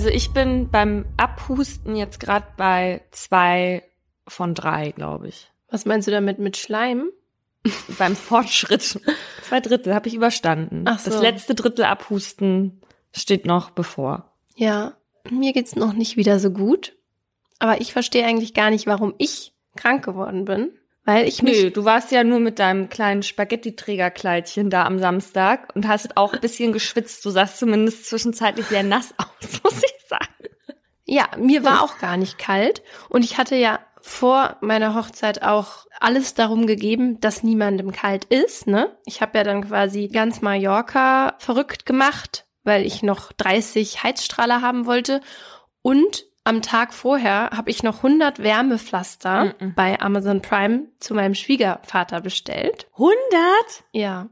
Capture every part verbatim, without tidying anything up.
Also ich bin beim Abhusten jetzt gerade bei zwei von drei, glaube ich. Was meinst du damit mit Schleim? Beim Fortschritt. Zwei Drittel habe ich überstanden. Ach so. Das letzte Drittel Abhusten steht noch bevor. Ja, mir geht's noch nicht wieder so gut. Aber ich verstehe eigentlich gar nicht, warum ich krank geworden bin. Weil ich mich... Nö, du warst ja nur mit deinem kleinen Spaghetti-Trägerkleidchen da am Samstag und hast auch ein bisschen geschwitzt. Du sahst zumindest zwischenzeitlich sehr nass aus, muss ich sagen. Ja, mir war auch gar nicht kalt. Und ich hatte ja vor meiner Hochzeit auch alles darum gegeben, dass niemandem kalt ist, ne? Ich habe ja dann quasi ganz Mallorca verrückt gemacht, weil ich noch dreißig Heizstrahler haben wollte. Und am Tag vorher habe ich noch hundert Wärmepflaster Mm-mm. bei Amazon Prime zu meinem Schwiegervater bestellt. hundert? Ja.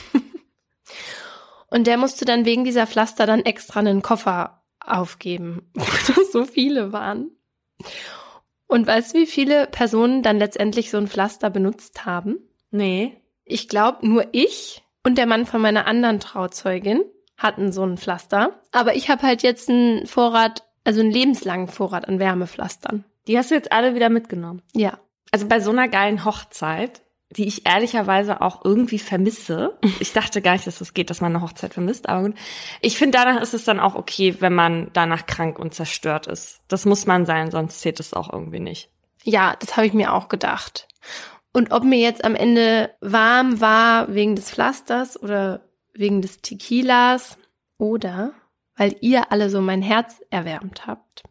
Und der musste dann wegen dieser Pflaster dann extra einen Koffer aufgeben, weil das so viele waren. Und weißt du, wie viele Personen dann letztendlich so ein Pflaster benutzt haben? Nee. Ich glaube, nur ich und der Mann von meiner anderen Trauzeugin hatten so ein Pflaster. Aber ich habe halt jetzt einen Vorrat, also einen lebenslangen Vorrat an Wärmepflastern. Die hast du jetzt alle wieder mitgenommen? Ja. Also bei so einer geilen Hochzeit, die ich ehrlicherweise auch irgendwie vermisse. Ich dachte gar nicht, dass das geht, dass man eine Hochzeit vermisst, aber gut. Ich finde, danach ist es dann auch okay, wenn man danach krank und zerstört ist. Das muss man sein, sonst zählt es auch irgendwie nicht. Ja, das habe ich mir auch gedacht. Und ob mir jetzt am Ende warm war wegen des Pflasters oder wegen des Tequilas oder weil ihr alle so mein Herz erwärmt habt.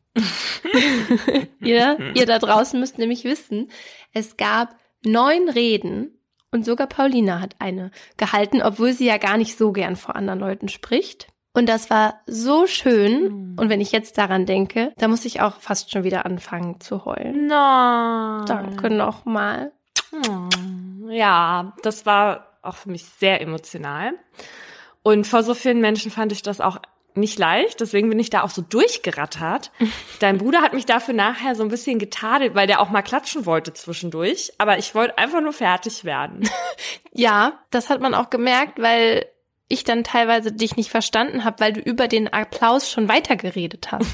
ihr, ihr da draußen müsst nämlich wissen, es gab neun Reden und sogar Paulina hat eine gehalten, obwohl sie ja gar nicht so gern vor anderen Leuten spricht. Und das war so schön. Und wenn ich jetzt daran denke, da muss ich auch fast schon wieder anfangen zu heulen. Nein. Danke nochmal. Ja, das war auch für mich sehr emotional. Und vor so vielen Menschen fand ich das auch nicht leicht, deswegen bin ich da auch so durchgerattert. Dein Bruder hat mich dafür nachher so ein bisschen getadelt, weil der auch mal klatschen wollte zwischendurch. Aber ich wollte einfach nur fertig werden. Ja, das hat man auch gemerkt, weil ich dann teilweise dich nicht verstanden habe, weil du über den Applaus schon weitergeredet hast.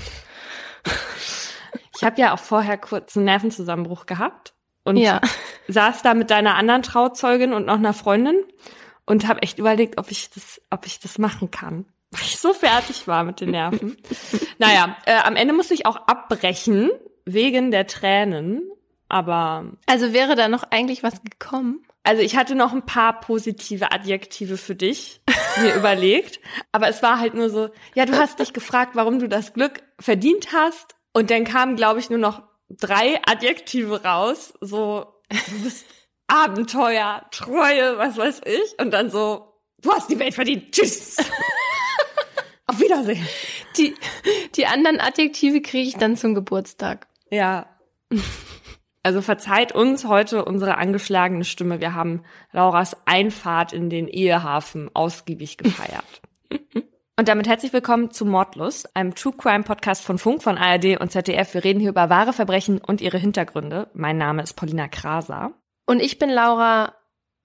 Ich habe ja auch vorher kurz einen Nervenzusammenbruch gehabt und ja. saß da mit deiner anderen Trauzeugin und noch einer Freundin und habe echt überlegt, ob ich das, ob ich das machen kann. Weil ich so fertig war mit den Nerven. Naja, äh, am Ende musste ich auch abbrechen, wegen der Tränen, aber... Also wäre da noch eigentlich was gekommen? Also ich hatte noch ein paar positive Adjektive für dich mir überlegt, aber es war halt nur so, ja, du hast dich gefragt, warum du das Glück verdient hast und dann kamen, glaube ich, nur noch drei Adjektive raus, so, du bist Abenteuer, Treue, was weiß ich, und dann so, du hast die Welt verdient, tschüss. Auf Wiedersehen. Die, die anderen Adjektive kriege ich dann zum Geburtstag. Ja. Also verzeiht uns heute unsere angeschlagene Stimme. Wir haben Lauras Einfahrt in den Ehehafen ausgiebig gefeiert. Und damit herzlich willkommen zu Mordlust, einem True Crime Podcast von Funk, von A R D und Z D F. Wir reden hier über wahre Verbrechen und ihre Hintergründe. Mein Name ist Paulina Kraser. Und ich bin Laura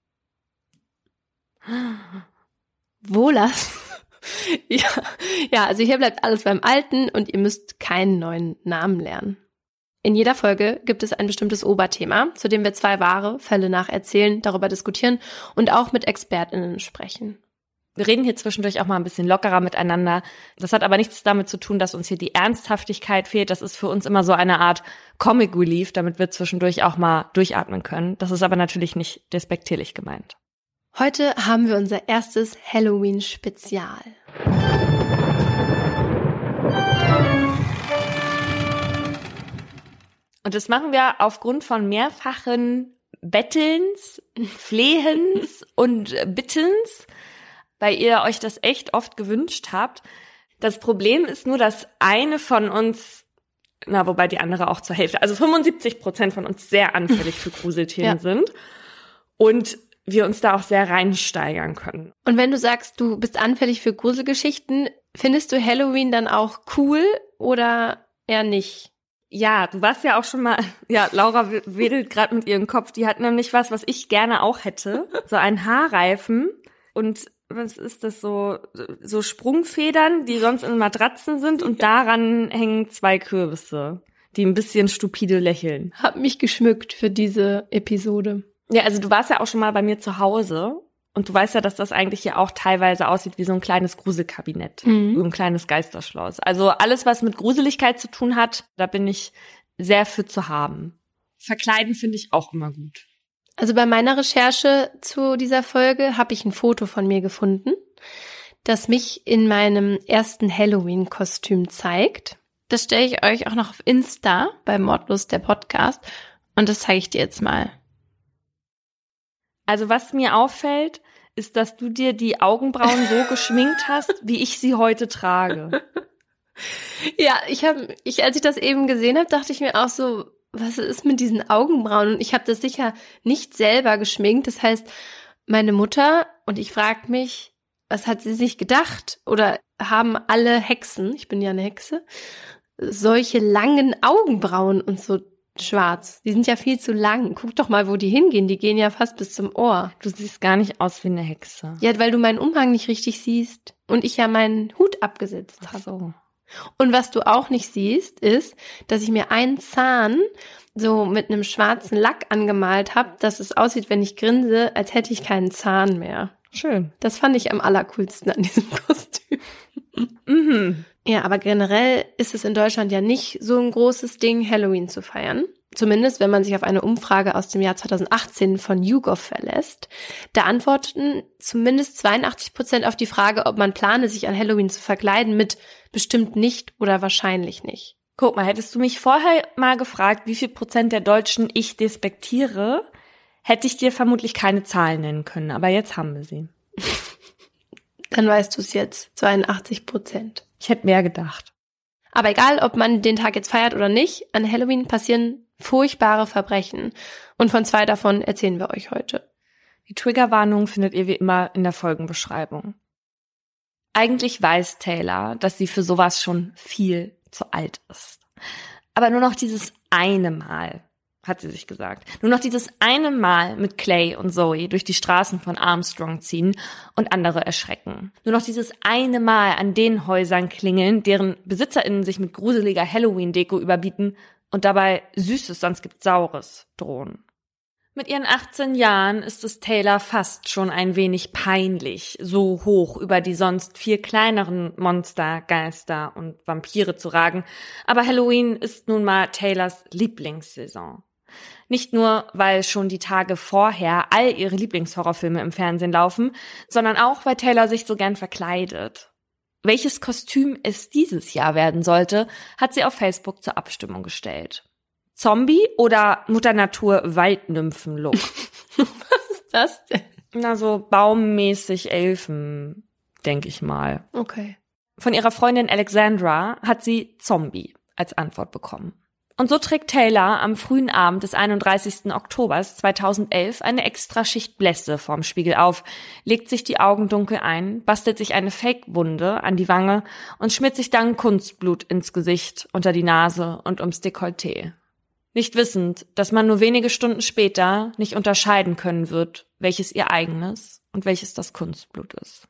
Wohlers. Ja, ja, also hier bleibt alles beim Alten und ihr müsst keinen neuen Namen lernen. In jeder Folge gibt es ein bestimmtes Oberthema, zu dem wir zwei wahre Fälle nacherzählen, darüber diskutieren und auch mit ExpertInnen sprechen. Wir reden hier zwischendurch auch mal ein bisschen lockerer miteinander. Das hat aber nichts damit zu tun, dass uns hier die Ernsthaftigkeit fehlt. Das ist für uns immer so eine Art Comic Relief, damit wir zwischendurch auch mal durchatmen können. Das ist aber natürlich nicht despektierlich gemeint. Heute haben wir unser erstes Halloween-Spezial. Und das machen wir aufgrund von mehrfachen Bettelns, Flehens und Bittens, weil ihr euch das echt oft gewünscht habt. Das Problem ist nur, dass eine von uns, na, wobei die andere auch zur Hälfte, also fünfundsiebzig Prozent von uns sehr anfällig für Gruselthemen ja. sind und wir uns da auch sehr reinsteigern können. Und wenn du sagst, du bist anfällig für Gruselgeschichten, findest du Halloween dann auch cool oder eher nicht? Ja, du warst ja auch schon mal, ja, Laura wedelt gerade mit ihrem Kopf, die hat nämlich was, was ich gerne auch hätte, so einen Haarreifen und was ist das, so, so Sprungfedern, die sonst in Matratzen sind und daran hängen zwei Kürbisse, die ein bisschen stupide lächeln. Hab mich geschmückt für diese Episode. Ja, also du warst ja auch schon mal bei mir zu Hause und du weißt ja, dass das eigentlich ja auch teilweise aussieht wie so ein kleines Gruselkabinett, mhm. so ein kleines Geisterschloss. Also alles, was mit Gruseligkeit zu tun hat, da bin ich sehr für zu haben. Verkleiden finde ich auch immer gut. Also bei meiner Recherche zu dieser Folge habe ich ein Foto von mir gefunden, das mich in meinem ersten Halloween-Kostüm zeigt. Das stelle ich euch auch noch auf Insta bei Mordlust, der Podcast. Und das zeige ich dir jetzt mal. Also was mir auffällt, ist, dass du dir die Augenbrauen so geschminkt hast, wie ich sie heute trage. Ja, ich habe, ich, als ich das eben gesehen habe, dachte ich mir auch so, was ist mit diesen Augenbrauen? Und ich habe das sicher nicht selber geschminkt. Das heißt, meine Mutter, und ich frage mich, was hat sie sich gedacht? Oder haben alle Hexen, ich bin ja eine Hexe, solche langen Augenbrauen und so schwarz? Die sind ja viel zu lang. Guck doch mal, wo die hingehen. Die gehen ja fast bis zum Ohr. Du siehst gar nicht aus wie eine Hexe. Ja, weil du meinen Umhang nicht richtig siehst und ich ja meinen Hut abgesetzt habe. Ach so. Und was du auch nicht siehst, ist, dass ich mir einen Zahn so mit einem schwarzen Lack angemalt habe, dass es aussieht, wenn ich grinse, als hätte ich keinen Zahn mehr. Schön. Das fand ich am allercoolsten an diesem Kostüm. Mhm. Ja, aber generell ist es in Deutschland ja nicht so ein großes Ding, Halloween zu feiern. Zumindest, wenn man sich auf eine Umfrage aus dem Jahr zweitausendachtzehn von YouGov verlässt. Da antworten zumindest zweiundachtzig Prozent auf die Frage, ob man plane, sich an Halloween zu verkleiden, mit bestimmt nicht oder wahrscheinlich nicht. Guck mal, hättest du mich vorher mal gefragt, wie viel Prozent der Deutschen ich despektiere, hätte ich dir vermutlich keine Zahlen nennen können. Aber jetzt haben wir sie. Dann weißt du es jetzt, zweiundachtzig Prozent. Ich hätte mehr gedacht. Aber egal, ob man den Tag jetzt feiert oder nicht, an Halloween passieren furchtbare Verbrechen. Und von zwei davon erzählen wir euch heute. Die Triggerwarnung findet ihr wie immer in der Folgenbeschreibung. Eigentlich weiß Taylor, dass sie für sowas schon viel zu alt ist. Aber nur noch dieses eine Mal, hat sie sich gesagt, nur noch dieses eine Mal mit Clay und Zoe durch die Straßen von Armstrong ziehen und andere erschrecken. Nur noch dieses eine Mal an den Häusern klingeln, deren BesitzerInnen sich mit gruseliger Halloween-Deko überbieten und dabei Süßes, sonst gibt's Saures drohen. Mit ihren achtzehn Jahren ist es Taylor fast schon ein wenig peinlich, so hoch über die sonst viel kleineren Monster, Geister und Vampire zu ragen. Aber Halloween ist nun mal Taylors Lieblingssaison. Nicht nur, weil schon die Tage vorher all ihre Lieblingshorrorfilme im Fernsehen laufen, sondern auch, weil Taylor sich so gern verkleidet. Welches Kostüm es dieses Jahr werden sollte, hat sie auf Facebook zur Abstimmung gestellt. Zombie oder Mutter Natur Waldnymphen-Look? Was ist das denn? Na, so baummäßig Elfen, denke ich mal. Okay. Von ihrer Freundin Alexandra hat sie Zombie als Antwort bekommen. Und so trägt Taylor am frühen Abend des einunddreißigsten Oktober zweitausendelf eine Extraschicht Blässe vorm Spiegel auf, legt sich die Augen dunkel ein, bastelt sich eine Fake-Wunde an die Wange und schmiert sich dann Kunstblut ins Gesicht, unter die Nase und ums Dekolleté. Nicht wissend, dass man nur wenige Stunden später nicht unterscheiden können wird, welches ihr eigenes und welches das Kunstblut ist.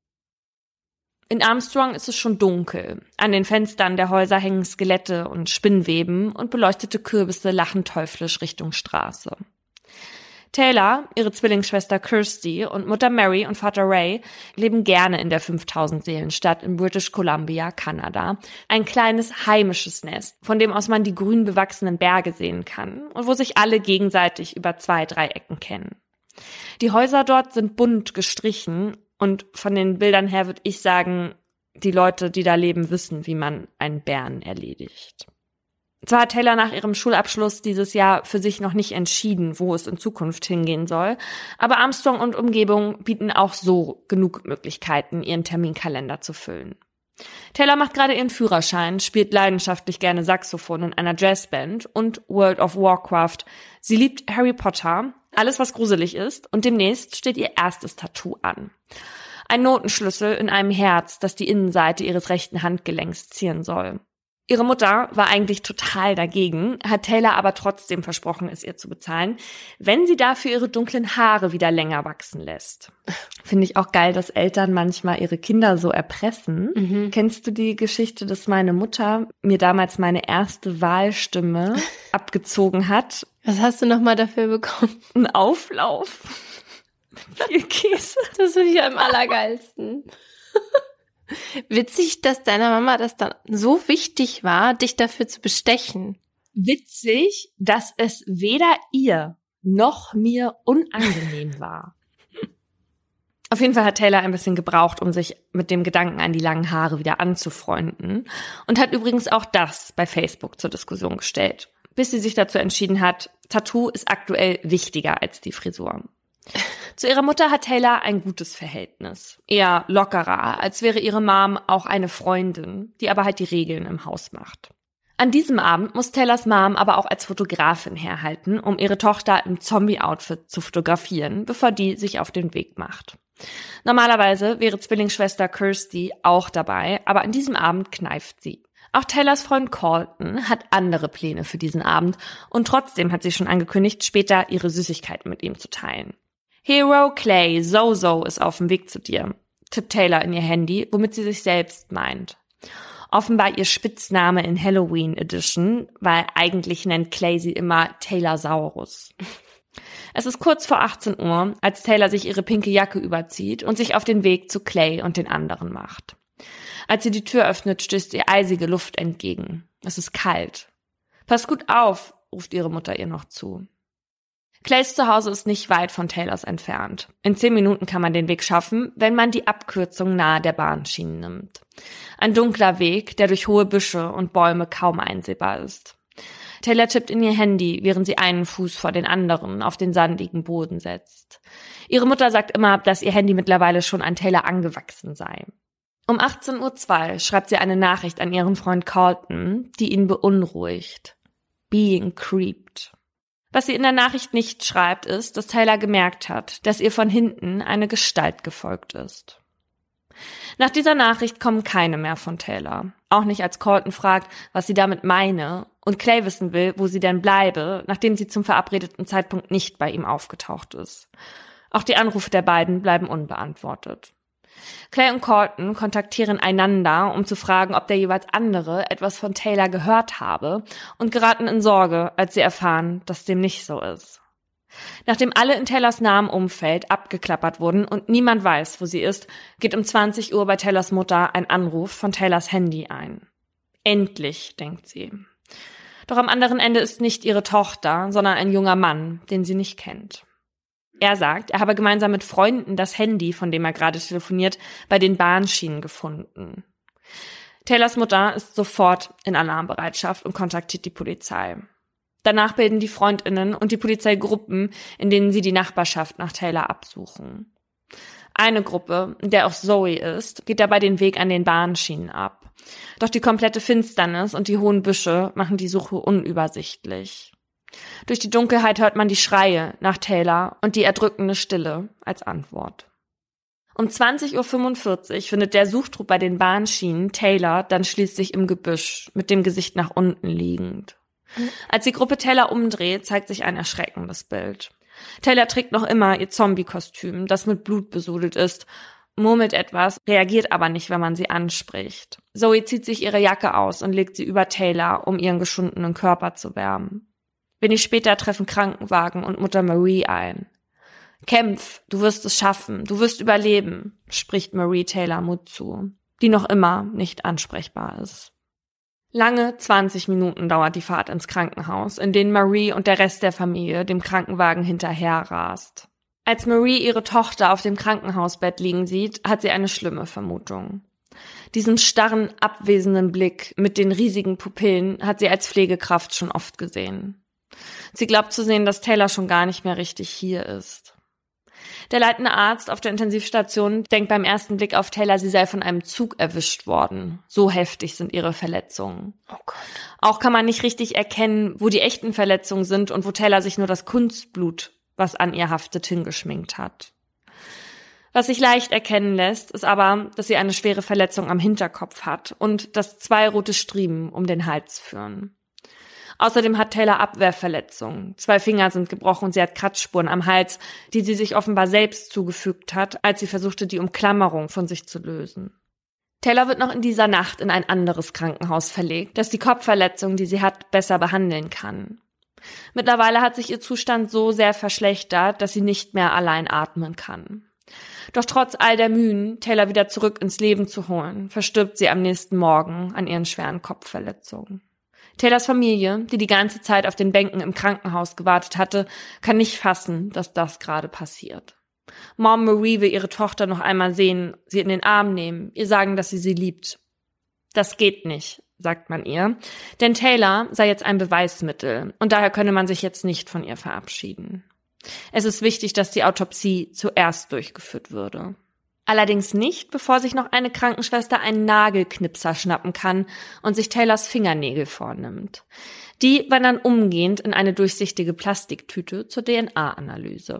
In Armstrong ist es schon dunkel. An den Fenstern der Häuser hängen Skelette und Spinnweben und beleuchtete Kürbisse lachen teuflisch Richtung Straße. Taylor, ihre Zwillingsschwester Kirsty und Mutter Mary und Vater Ray leben gerne in der fünftausend-Seelen-Stadt in British Columbia, Kanada. Ein kleines heimisches Nest, von dem aus man die grün bewachsenen Berge sehen kann und wo sich alle gegenseitig über zwei, drei Ecken kennen. Die Häuser dort sind bunt gestrichen und von den Bildern her würde ich sagen, die Leute, die da leben, wissen, wie man einen Bären erledigt. Zwar hat Taylor nach ihrem Schulabschluss dieses Jahr für sich noch nicht entschieden, wo es in Zukunft hingehen soll, aber Armstrong und Umgebung bieten auch so genug Möglichkeiten, ihren Terminkalender zu füllen. Taylor macht gerade ihren Führerschein, spielt leidenschaftlich gerne Saxophon in einer Jazzband und World of Warcraft. Sie liebt Harry Potter, alles was gruselig ist, und demnächst steht ihr erstes Tattoo an. Ein Notenschlüssel in einem Herz, das die Innenseite ihres rechten Handgelenks zieren soll. Ihre Mutter war eigentlich total dagegen, hat Taylor aber trotzdem versprochen, es ihr zu bezahlen, wenn sie dafür ihre dunklen Haare wieder länger wachsen lässt. Finde ich auch geil, dass Eltern manchmal ihre Kinder so erpressen. Mhm. Kennst du die Geschichte, dass meine Mutter mir damals meine erste Wahlstimme abgezogen hat? Was hast du nochmal dafür bekommen? Ein Auflauf. Viel Käse. Das finde ich am allergeilsten. Witzig, dass deiner Mama das dann so wichtig war, dich dafür zu bestechen. Witzig, dass es weder ihr noch mir unangenehm war. Auf jeden Fall hat Taylor ein bisschen gebraucht, um sich mit dem Gedanken an die langen Haare wieder anzufreunden und hat übrigens auch das bei Facebook zur Diskussion gestellt, bis sie sich dazu entschieden hat, Tattoo ist aktuell wichtiger als die Frisur. Zu ihrer Mutter hat Taylor ein gutes Verhältnis. Eher lockerer, als wäre ihre Mom auch eine Freundin, die aber halt die Regeln im Haus macht. An diesem Abend muss Taylors Mom aber auch als Fotografin herhalten, um ihre Tochter im Zombie-Outfit zu fotografieren, bevor die sich auf den Weg macht. Normalerweise wäre Zwillingsschwester Kirsty auch dabei, aber an diesem Abend kneift sie. Auch Taylors Freund Colton hat andere Pläne für diesen Abend und trotzdem hat sie schon angekündigt, später ihre Süßigkeiten mit ihm zu teilen. Hero Clay, Zozo ist auf dem Weg zu dir, tippt Taylor in ihr Handy, womit sie sich selbst meint. Offenbar ihr Spitzname in Halloween Edition, weil eigentlich nennt Clay sie immer Taylorsaurus. Es ist kurz vor achtzehn Uhr, als Taylor sich ihre pinke Jacke überzieht und sich auf den Weg zu Clay und den anderen macht. Als sie die Tür öffnet, stößt ihr eisige Luft entgegen. Es ist kalt. Pass gut auf, ruft ihre Mutter ihr noch zu. Clays Zuhause ist nicht weit von Taylors entfernt. In zehn Minuten kann man den Weg schaffen, wenn man die Abkürzung nahe der Bahnschienen nimmt. Ein dunkler Weg, der durch hohe Büsche und Bäume kaum einsehbar ist. Taylor tippt in ihr Handy, während sie einen Fuß vor den anderen auf den sandigen Boden setzt. Ihre Mutter sagt immer, dass ihr Handy mittlerweile schon an Taylor angewachsen sei. Um achtzehn Uhr zwei schreibt sie eine Nachricht an ihren Freund Colton, die ihn beunruhigt. Being creeped. Was sie in der Nachricht nicht schreibt, ist, dass Taylor gemerkt hat, dass ihr von hinten eine Gestalt gefolgt ist. Nach dieser Nachricht kommen keine mehr von Taylor. Auch nicht, als Colton fragt, was sie damit meine und Clay wissen will, wo sie denn bleibe, nachdem sie zum verabredeten Zeitpunkt nicht bei ihm aufgetaucht ist. Auch die Anrufe der beiden bleiben unbeantwortet. Clay und Colton kontaktieren einander, um zu fragen, ob der jeweils andere etwas von Taylor gehört habe und geraten in Sorge, als sie erfahren, dass dem nicht so ist. Nachdem alle in Taylors nahem Umfeld abgeklappert wurden und niemand weiß, wo sie ist, geht um zwanzig Uhr bei Taylors Mutter ein Anruf von Taylors Handy ein. Endlich, denkt sie. Doch am anderen Ende ist nicht ihre Tochter, sondern ein junger Mann, den sie nicht kennt. Er sagt, er habe gemeinsam mit Freunden das Handy, von dem er gerade telefoniert, bei den Bahnschienen gefunden. Taylors Mutter ist sofort in Alarmbereitschaft und kontaktiert die Polizei. Danach bilden die FreundInnen und die Polizei Gruppen, in denen sie die Nachbarschaft nach Taylor absuchen. Eine Gruppe, in der auch Zoe ist, geht dabei den Weg an den Bahnschienen ab. Doch die komplette Finsternis und die hohen Büsche machen die Suche unübersichtlich. Durch die Dunkelheit hört man die Schreie nach Taylor und die erdrückende Stille als Antwort. Um zwanzig Uhr fünfundvierzig findet der Suchtrupp bei den Bahnschienen Taylor dann schließlich im Gebüsch, mit dem Gesicht nach unten liegend. Als die Gruppe Taylor umdreht, zeigt sich ein erschreckendes Bild. Taylor trägt noch immer ihr Zombie-Kostüm, das mit Blut besudelt ist, murmelt etwas, reagiert aber nicht, wenn man sie anspricht. Zoe zieht sich ihre Jacke aus und legt sie über Taylor, um ihren geschundenen Körper zu wärmen. Wenig später treffen Krankenwagen und Mutter Marie ein. Kämpf, du wirst es schaffen, du wirst überleben, spricht Marie Taylor Mut zu, die noch immer nicht ansprechbar ist. Lange zwanzig Minuten dauert die Fahrt ins Krankenhaus, in denen Marie und der Rest der Familie dem Krankenwagen hinterher rast. Als Marie ihre Tochter auf dem Krankenhausbett liegen sieht, hat sie eine schlimme Vermutung. Diesen starren, abwesenden Blick mit den riesigen Pupillen hat sie als Pflegekraft schon oft gesehen. Sie glaubt zu sehen, dass Taylor schon gar nicht mehr richtig hier ist. Der leitende Arzt auf der Intensivstation denkt beim ersten Blick auf Taylor, sie sei von einem Zug erwischt worden. So heftig sind ihre Verletzungen. Oh Gott. Auch kann man nicht richtig erkennen, wo die echten Verletzungen sind und wo Taylor sich nur das Kunstblut, was an ihr haftet, hingeschminkt hat. Was sich leicht erkennen lässt, ist aber, dass sie eine schwere Verletzung am Hinterkopf hat und dass zwei rote Striemen um den Hals führen. Außerdem hat Taylor Abwehrverletzungen. Zwei Finger sind gebrochen und sie hat Kratzspuren am Hals, die sie sich offenbar selbst zugefügt hat, als sie versuchte, die Umklammerung von sich zu lösen. Taylor wird noch in dieser Nacht in ein anderes Krankenhaus verlegt, das die Kopfverletzung, die sie hat, besser behandeln kann. Mittlerweile hat sich ihr Zustand so sehr verschlechtert, dass sie nicht mehr allein atmen kann. Doch trotz all der Mühen, Taylor wieder zurück ins Leben zu holen, verstirbt sie am nächsten Morgen an ihren schweren Kopfverletzungen. Taylors Familie, die die ganze Zeit auf den Bänken im Krankenhaus gewartet hatte, kann nicht fassen, dass das gerade passiert. Mom Marie will ihre Tochter noch einmal sehen, sie in den Arm nehmen, ihr sagen, dass sie sie liebt. Das geht nicht, sagt man ihr, denn Taylor sei jetzt ein Beweismittel und daher könne man sich jetzt nicht von ihr verabschieden. Es ist wichtig, dass die Autopsie zuerst durchgeführt würde. Allerdings nicht, bevor sich noch eine Krankenschwester einen Nagelknipser schnappen kann und sich Taylors Fingernägel vornimmt. Die wandern umgehend in eine durchsichtige Plastiktüte zur D N A-Analyse.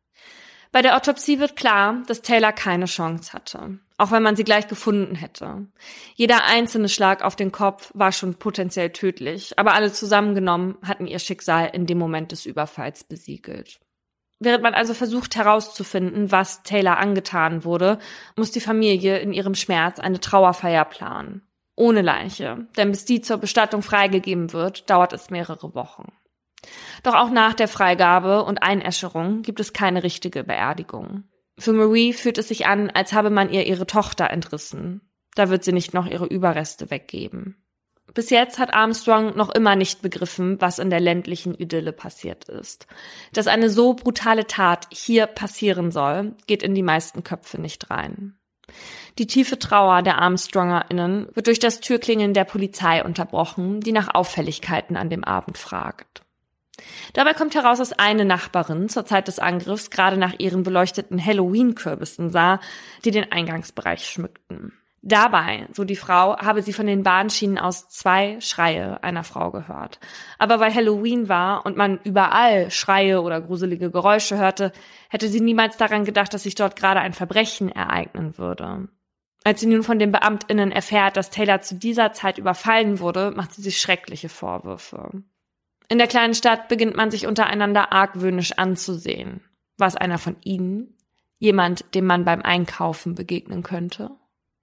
Bei der Autopsie wird klar, dass Taylor keine Chance hatte, auch wenn man sie gleich gefunden hätte. Jeder einzelne Schlag auf den Kopf war schon potenziell tödlich, aber alle zusammengenommen hatten ihr Schicksal in dem Moment des Überfalls besiegelt. Während man also versucht herauszufinden, was Taylor angetan wurde, muss die Familie in ihrem Schmerz eine Trauerfeier planen. Ohne Leiche, denn bis die zur Bestattung freigegeben wird, dauert es mehrere Wochen. Doch auch nach der Freigabe und Einäscherung gibt es keine richtige Beerdigung. Für Marie fühlt es sich an, als habe man ihr ihre Tochter entrissen. Da wird sie nicht noch ihre Überreste weggeben. Bis jetzt hat Armstrong noch immer nicht begriffen, was in der ländlichen Idylle passiert ist. Dass eine so brutale Tat hier passieren soll, geht in die meisten Köpfe nicht rein. Die tiefe Trauer der ArmstrongerInnen wird durch das Türklingeln der Polizei unterbrochen, die nach Auffälligkeiten an dem Abend fragt. Dabei kommt heraus, dass eine Nachbarin zur Zeit des Angriffs gerade nach ihren beleuchteten Halloween-Kürbissen sah, die den Eingangsbereich schmückten. Dabei, so die Frau, habe sie von den Bahnschienen aus zwei Schreie einer Frau gehört. Aber weil Halloween war und man überall Schreie oder gruselige Geräusche hörte, hätte sie niemals daran gedacht, dass sich dort gerade ein Verbrechen ereignen würde. Als sie nun von den BeamtInnen erfährt, dass Taylor zu dieser Zeit überfallen wurde, macht sie sich schreckliche Vorwürfe. In der kleinen Stadt beginnt man sich untereinander argwöhnisch anzusehen. War es einer von ihnen? Jemand, dem man beim Einkaufen begegnen könnte?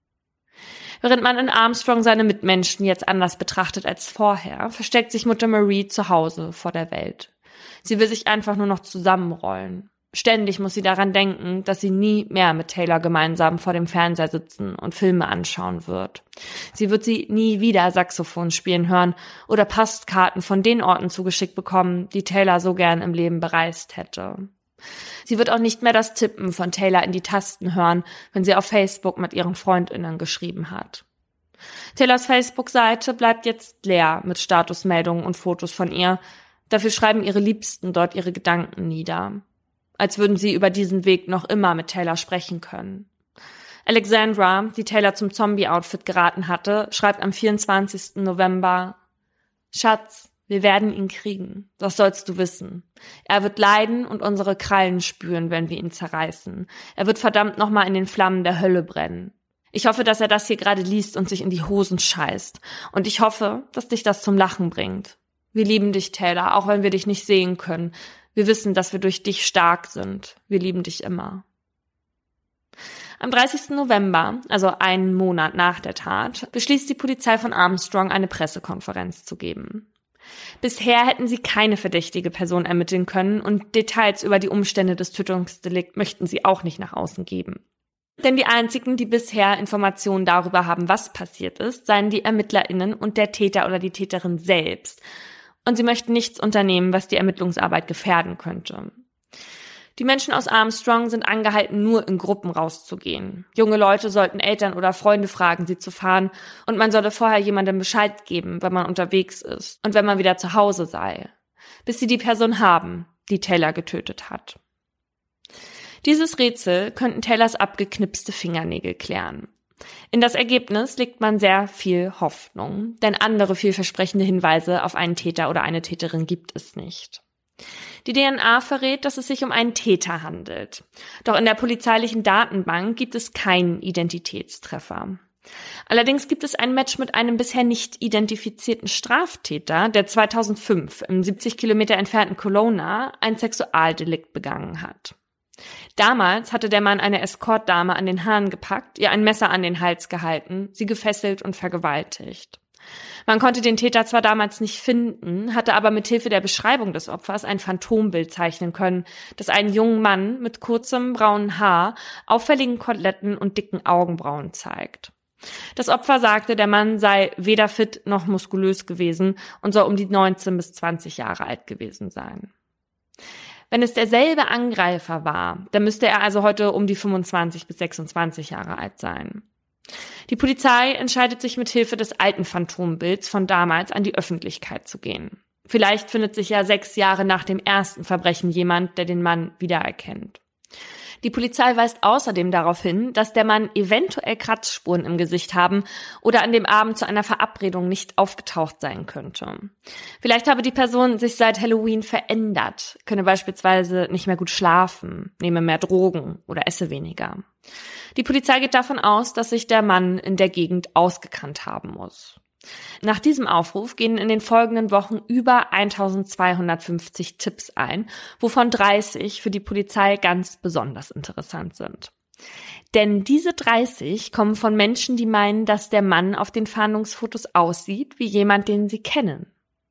Während man in Armstrong seine Mitmenschen jetzt anders betrachtet als vorher, versteckt sich Mutter Marie zu Hause vor der Welt. Sie will sich einfach nur noch zusammenrollen. Ständig muss sie daran denken, dass sie nie mehr mit Taylor gemeinsam vor dem Fernseher sitzen und Filme anschauen wird. Sie wird sie nie wieder Saxophon spielen hören oder Postkarten von den Orten zugeschickt bekommen, die Taylor so gern im Leben bereist hätte. Sie wird auch nicht mehr das Tippen von Taylor in die Tasten hören, wenn sie auf Facebook mit ihren FreundInnen geschrieben hat. Taylors Facebook-Seite bleibt jetzt leer mit Statusmeldungen und Fotos von ihr. Dafür schreiben ihre Liebsten dort ihre Gedanken nieder. Als würden sie über diesen Weg noch immer mit Taylor sprechen können. Alexandra, die Taylor zum Zombie-Outfit geraten hatte, schreibt am vierundzwanzigsten November: Schatz, wir werden ihn kriegen. Das sollst du wissen. Er wird leiden und unsere Krallen spüren, wenn wir ihn zerreißen. Er wird verdammt nochmal in den Flammen der Hölle brennen. Ich hoffe, dass er das hier gerade liest und sich in die Hosen scheißt. Und ich hoffe, dass dich das zum Lachen bringt. Wir lieben dich, Taylor, auch wenn wir dich nicht sehen können. Wir wissen, dass wir durch dich stark sind. Wir lieben dich immer. Am dreißigsten November, also einen Monat nach der Tat, beschließt die Polizei von Armstrong, eine Pressekonferenz zu geben. Bisher hätten sie keine verdächtige Person ermitteln können und Details über die Umstände des Tötungsdelikts möchten sie auch nicht nach außen geben. Denn die einzigen, die bisher Informationen darüber haben, was passiert ist, seien die ErmittlerInnen und der Täter oder die Täterin selbst. Und sie möchten nichts unternehmen, was die Ermittlungsarbeit gefährden könnte. Die Menschen aus Armstrong sind angehalten, nur in Gruppen rauszugehen. Junge Leute sollten Eltern oder Freunde fragen, sie zu fahren, und man solle vorher jemandem Bescheid geben, wenn man unterwegs ist und wenn man wieder zu Hause sei, bis sie die Person haben, die Taylor getötet hat. Dieses Rätsel könnten Taylors abgeknipste Fingernägel klären. In das Ergebnis legt man sehr viel Hoffnung, denn andere vielversprechende Hinweise auf einen Täter oder eine Täterin gibt es nicht. Die D N A verrät, dass es sich um einen Täter handelt. Doch in der polizeilichen Datenbank gibt es keinen Identitätstreffer. Allerdings gibt es ein Match mit einem bisher nicht identifizierten Straftäter, der zweitausendfünf im siebzig Kilometer entfernten Kelowna ein Sexualdelikt begangen hat. Damals hatte der Mann eine Escortdame an den Haaren gepackt, ihr ein Messer an den Hals gehalten, sie gefesselt und vergewaltigt. Man konnte den Täter zwar damals nicht finden, hatte aber mit Hilfe der Beschreibung des Opfers ein Phantombild zeichnen können, das einen jungen Mann mit kurzem braunen Haar, auffälligen Koteletten und dicken Augenbrauen zeigt. Das Opfer sagte, der Mann sei weder fit noch muskulös gewesen und soll um die neunzehn bis zwanzig Jahre alt gewesen sein. Wenn es derselbe Angreifer war, dann müsste er also heute um die fünfundzwanzig bis sechsundzwanzig Jahre alt sein. Die Polizei entscheidet sich mit Hilfe des alten Phantombilds von damals an die Öffentlichkeit zu gehen. Vielleicht findet sich ja sechs Jahre nach dem ersten Verbrechen jemand, der den Mann wiedererkennt. Die Polizei weist außerdem darauf hin, dass der Mann eventuell Kratzspuren im Gesicht haben oder an dem Abend zu einer Verabredung nicht aufgetaucht sein könnte. Vielleicht habe die Person sich seit Halloween verändert, könne beispielsweise nicht mehr gut schlafen, nehme mehr Drogen oder esse weniger. Die Polizei geht davon aus, dass sich der Mann in der Gegend ausgekannt haben muss. Nach diesem Aufruf gehen in den folgenden Wochen über eintausendzweihundertfünfzig Tipps ein, wovon dreißig für die Polizei ganz besonders interessant sind. Denn diese dreißig kommen von Menschen, die meinen, dass der Mann auf den Fahndungsfotos aussieht wie jemand, den sie kennen.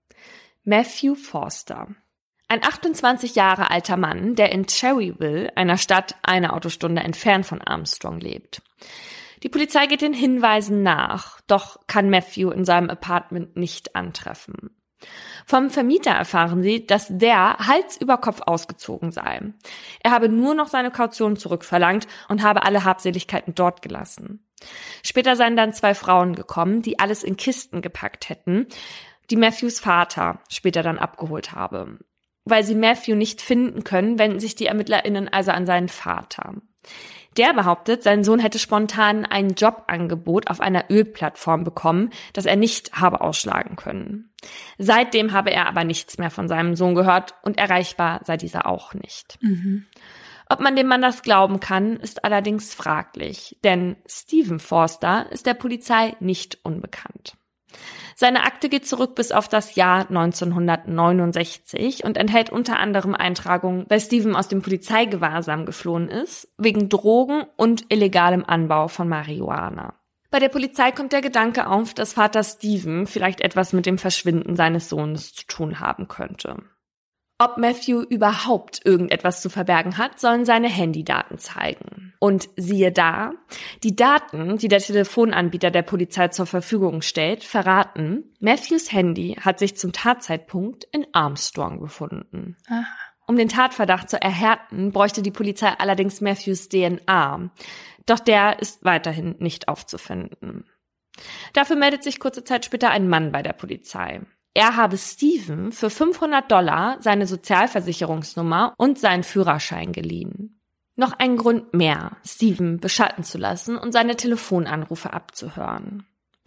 Matthew Forster. Ein achtundzwanzig Jahre alter Mann, der in Cherryville, einer Stadt eine Autostunde entfernt von Armstrong, lebt. Die Polizei geht den Hinweisen nach, doch kann Matthew in seinem Apartment nicht antreffen. Vom Vermieter erfahren sie, dass der Hals über Kopf ausgezogen sei. Er habe nur noch seine Kaution zurückverlangt und habe alle Habseligkeiten dort gelassen. Später seien dann zwei Frauen gekommen, die alles in Kisten gepackt hätten, die Matthews Vater später dann abgeholt habe. Weil sie Matthew nicht finden können, wenden sich die ErmittlerInnen also an seinen Vater. Der behauptet, sein Sohn hätte spontan ein Jobangebot auf einer Ölplattform bekommen, das er nicht habe ausschlagen können. Seitdem habe er aber nichts mehr von seinem Sohn gehört und erreichbar sei dieser auch nicht. Mhm. Ob man dem Mann das glauben kann, ist allerdings fraglich, denn Stephen Forster ist der Polizei nicht unbekannt. Seine Akte geht zurück bis auf das Jahr neunzehnhundertneunundsechzig und enthält unter anderem Eintragungen, weil Stephen aus dem Polizeigewahrsam geflohen ist, wegen Drogen und illegalem Anbau von Marihuana. Bei der Polizei kommt der Gedanke auf, dass Vater Stephen vielleicht etwas mit dem Verschwinden seines Sohnes zu tun haben könnte. Ob Matthew überhaupt irgendetwas zu verbergen hat, sollen seine Handydaten zeigen. Und siehe da, die Daten, die der Telefonanbieter der Polizei zur Verfügung stellt, verraten, Matthews Handy hat sich zum Tatzeitpunkt in Armstrong befunden. Aha. Um den Tatverdacht zu erhärten, bräuchte die Polizei allerdings Matthews D N A. Doch der ist weiterhin nicht aufzufinden. Dafür meldet sich kurze Zeit später ein Mann bei der Polizei. Er habe Stephen für fünfhundert Dollar seine Sozialversicherungsnummer und seinen Führerschein geliehen. Noch ein Grund mehr, Stephen beschatten zu lassen und seine Telefonanrufe abzuhören.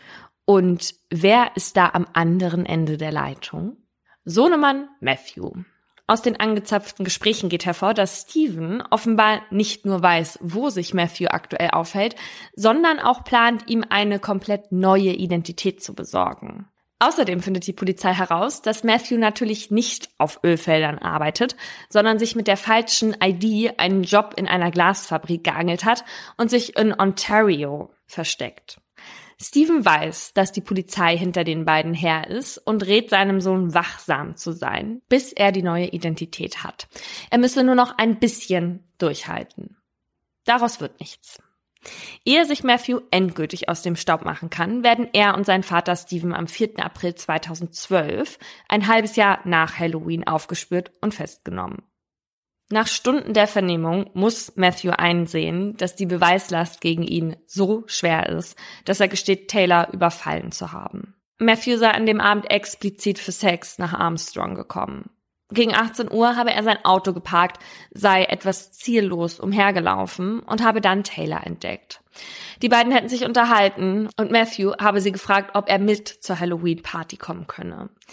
Und wer ist da am anderen Ende der Leitung? Sohnemann Matthew. Aus den angezapften Gesprächen geht hervor, dass Stephen offenbar nicht nur weiß, wo sich Matthew aktuell aufhält, sondern auch plant, ihm eine komplett neue Identität zu besorgen. Außerdem findet die Polizei heraus, dass Matthew natürlich nicht auf Ölfeldern arbeitet, sondern sich mit der falschen I D einen Job in einer Glasfabrik geangelt hat und sich in Ontario versteckt. Stephen weiß, dass die Polizei hinter den beiden her ist und rät seinem Sohn, wachsam zu sein, bis er die neue Identität hat. Er müsse nur noch ein bisschen durchhalten. Daraus wird nichts. Ehe sich Matthew endgültig aus dem Staub machen kann, werden er und sein Vater Stephen am vierten April zweitausendzwölf, ein halbes Jahr nach Halloween, aufgespürt und festgenommen. Nach Stunden der Vernehmung muss Matthew einsehen, dass die Beweislast gegen ihn so schwer ist, dass er gesteht, Taylor überfallen zu haben. Matthew sei an dem Abend explizit für Sex nach Armstrong gekommen. Gegen achtzehn Uhr habe er sein Auto geparkt, sei etwas ziellos umhergelaufen und habe dann Taylor entdeckt. Die beiden hätten sich unterhalten und Matthew habe sie gefragt, ob er mit zur Halloween-Party kommen könne.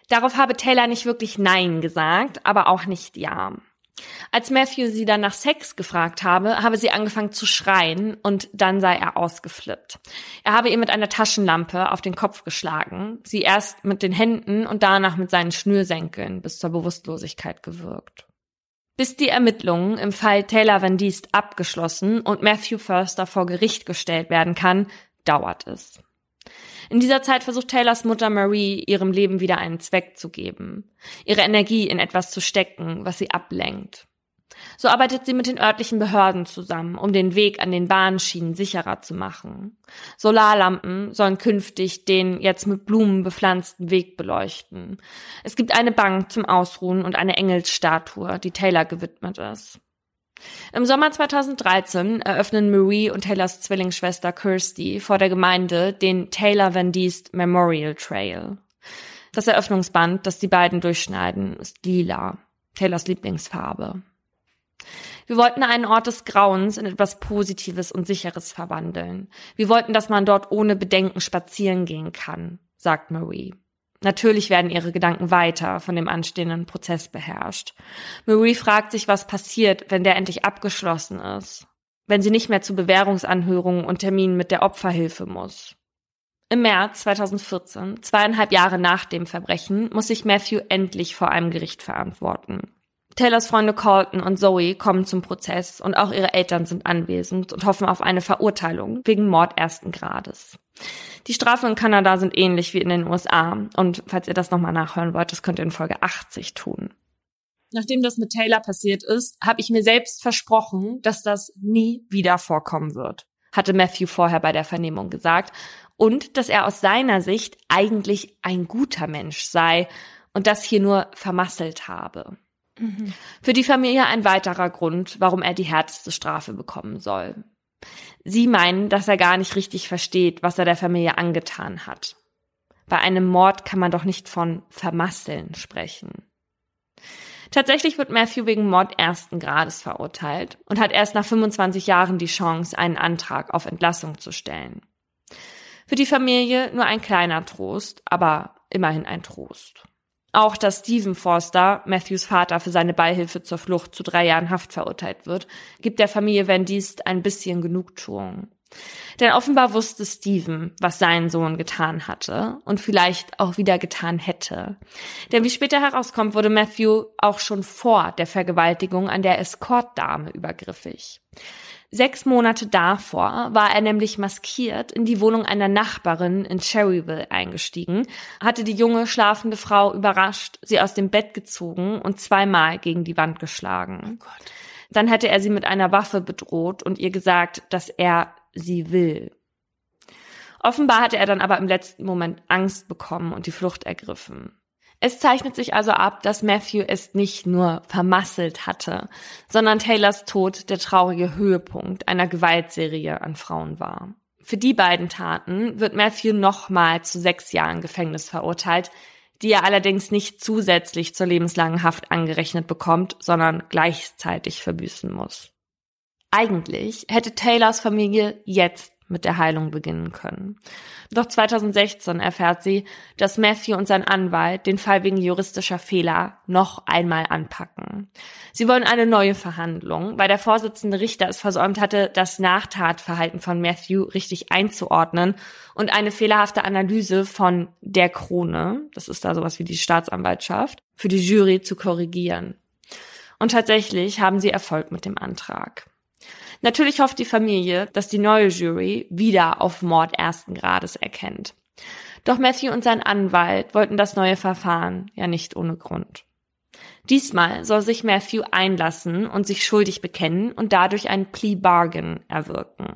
Darauf habe Taylor nicht wirklich Nein gesagt, aber auch nicht Ja. Als Matthew sie dann nach Sex gefragt habe, habe sie angefangen zu schreien und dann sei er ausgeflippt. Er habe ihr mit einer Taschenlampe auf den Kopf geschlagen, sie erst mit den Händen und danach mit seinen Schnürsenkeln bis zur Bewusstlosigkeit gewürgt. Bis die Ermittlungen im Fall Taylor Van Diest abgeschlossen und Matthew Förster vor Gericht gestellt werden kann, dauert es. In dieser Zeit versucht Taylors Mutter Marie, ihrem Leben wieder einen Zweck zu geben, ihre Energie in etwas zu stecken, was sie ablenkt. So arbeitet sie mit den örtlichen Behörden zusammen, um den Weg an den Bahnschienen sicherer zu machen. Solarlampen sollen künftig den jetzt mit Blumen bepflanzten Weg beleuchten. Es gibt eine Bank zum Ausruhen und eine Engelsstatue, die Taylor gewidmet ist. Im Sommer zweitausenddreizehn eröffnen Marie und Taylors Zwillingsschwester Kirsty vor der Gemeinde den Taylor Van Diest Memorial Trail. Das Eröffnungsband, das die beiden durchschneiden, ist lila, Taylors Lieblingsfarbe. Wir wollten einen Ort des Grauens in etwas Positives und Sicheres verwandeln. Wir wollten, dass man dort ohne Bedenken spazieren gehen kann, sagt Marie. Natürlich werden ihre Gedanken weiter von dem anstehenden Prozess beherrscht. Marie fragt sich, was passiert, wenn der endlich abgeschlossen ist. Wenn sie nicht mehr zu Bewährungsanhörungen und Terminen mit der Opferhilfe muss. Im März zweitausendvierzehn, zweieinhalb Jahre nach dem Verbrechen, muss sich Matthew endlich vor einem Gericht verantworten. Taylors Freunde Colton und Zoe kommen zum Prozess und auch ihre Eltern sind anwesend und hoffen auf eine Verurteilung wegen Mord ersten Grades. Die Strafen in Kanada sind ähnlich wie in den U S A und falls ihr das nochmal nachhören wollt, das könnt ihr in Folge achtzig tun. Nachdem das mit Taylor passiert ist, habe ich mir selbst versprochen, dass das nie wieder vorkommen wird, hatte Matthew vorher bei der Vernehmung gesagt, und dass er aus seiner Sicht eigentlich ein guter Mensch sei und das hier nur vermasselt habe. Mhm. Für die Familie ein weiterer Grund, warum er die härteste Strafe bekommen soll. Sie meinen, dass er gar nicht richtig versteht, was er der Familie angetan hat. Bei einem Mord kann man doch nicht von vermasseln sprechen. Tatsächlich wird Matthew wegen Mord ersten Grades verurteilt und hat erst nach fünfundzwanzig Jahren die Chance, einen Antrag auf Entlassung zu stellen. Für die Familie nur ein kleiner Trost, aber immerhin ein Trost. Auch dass Stephen Forster, Matthews Vater, für seine Beihilfe zur Flucht zu drei Jahren Haft verurteilt wird, gibt der Familie Van Diest ein bisschen Genugtuung. Denn offenbar wusste Stephen, was sein Sohn getan hatte und vielleicht auch wieder getan hätte. Denn wie später herauskommt, wurde Matthew auch schon vor der Vergewaltigung an der Escortdame übergriffig. Sechs Monate davor war er nämlich maskiert in die Wohnung einer Nachbarin in Cherryville eingestiegen, hatte die junge, schlafende Frau überrascht, sie aus dem Bett gezogen und zweimal gegen die Wand geschlagen. Oh Gott. Dann hätte er sie mit einer Waffe bedroht und ihr gesagt, dass er sie will. Offenbar hatte er dann aber im letzten Moment Angst bekommen und die Flucht ergriffen. Es zeichnet sich also ab, dass Matthew es nicht nur vermasselt hatte, sondern Taylors Tod der traurige Höhepunkt einer Gewaltserie an Frauen war. Für die beiden Taten wird Matthew nochmal zu sechs Jahren Gefängnis verurteilt, die er allerdings nicht zusätzlich zur lebenslangen Haft angerechnet bekommt, sondern gleichzeitig verbüßen muss. Eigentlich hätte Taylors Familie jetzt mit der Heilung beginnen können. Doch zweitausendsechzehn erfährt sie, dass Matthew und sein Anwalt den Fall wegen juristischer Fehler noch einmal anpacken. Sie wollen eine neue Verhandlung, weil der vorsitzende Richter es versäumt hatte, das Nachtatverhalten von Matthew richtig einzuordnen und eine fehlerhafte Analyse von der Krone, das ist da sowas wie die Staatsanwaltschaft, für die Jury zu korrigieren. Und tatsächlich haben sie Erfolg mit dem Antrag. Natürlich hofft die Familie, dass die neue Jury wieder auf Mord ersten Grades erkennt. Doch Matthew und sein Anwalt wollten das neue Verfahren ja nicht ohne Grund. Diesmal soll sich Matthew einlassen und sich schuldig bekennen und dadurch ein Plea Bargain erwirken.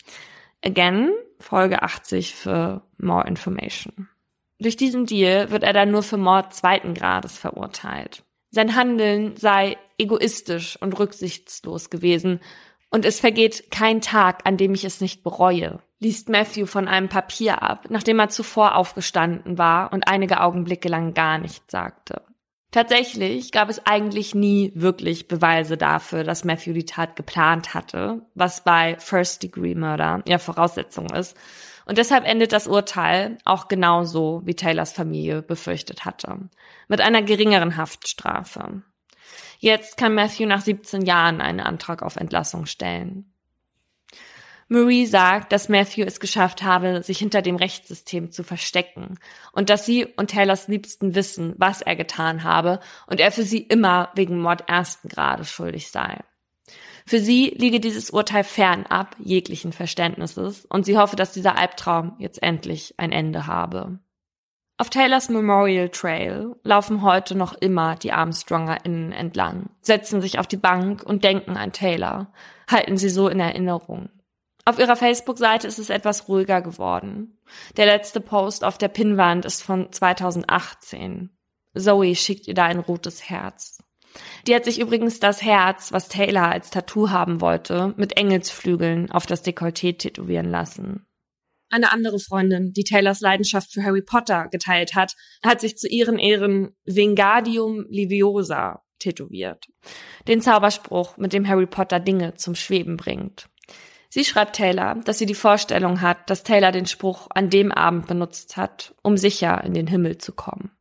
Again, Folge achtzig für more information. Durch diesen Deal wird er dann nur für Mord zweiten Grades verurteilt. Sein Handeln sei egoistisch und rücksichtslos gewesen, und es vergeht kein Tag, an dem ich es nicht bereue, liest Matthew von einem Papier ab, nachdem er zuvor aufgestanden war und einige Augenblicke lang gar nichts sagte. Tatsächlich gab es eigentlich nie wirklich Beweise dafür, dass Matthew die Tat geplant hatte, was bei First-Degree-Murder ja Voraussetzung ist. Und deshalb endet das Urteil auch genauso, wie Taylors Familie befürchtet hatte. Mit einer geringeren Haftstrafe. Jetzt kann Matthew nach siebzehn Jahren einen Antrag auf Entlassung stellen. Marie sagt, dass Matthew es geschafft habe, sich hinter dem Rechtssystem zu verstecken und dass sie und Taylors Liebsten wissen, was er getan habe und er für sie immer wegen Mord ersten Grades schuldig sei. Für sie liege dieses Urteil fernab jeglichen Verständnisses und sie hoffe, dass dieser Albtraum jetzt endlich ein Ende habe. Auf Taylors Memorial Trail laufen heute noch immer die ArmstrongerInnen entlang, setzen sich auf die Bank und denken an Taylor, halten sie so in Erinnerung. Auf ihrer Facebook-Seite ist es etwas ruhiger geworden. Der letzte Post auf der Pinnwand ist von zweitausendachtzehn. Zoe schickt ihr da ein rotes Herz. Die hat sich übrigens das Herz, was Taylor als Tattoo haben wollte, mit Engelsflügeln auf das Dekolleté tätowieren lassen. Eine andere Freundin, die Taylors Leidenschaft für Harry Potter geteilt hat, hat sich zu ihren Ehren Wingardium Leviosa tätowiert. Den Zauberspruch, mit dem Harry Potter Dinge zum Schweben bringt. Sie schreibt Taylor, dass sie die Vorstellung hat, dass Taylor den Spruch an dem Abend benutzt hat, um sicher in den Himmel zu kommen.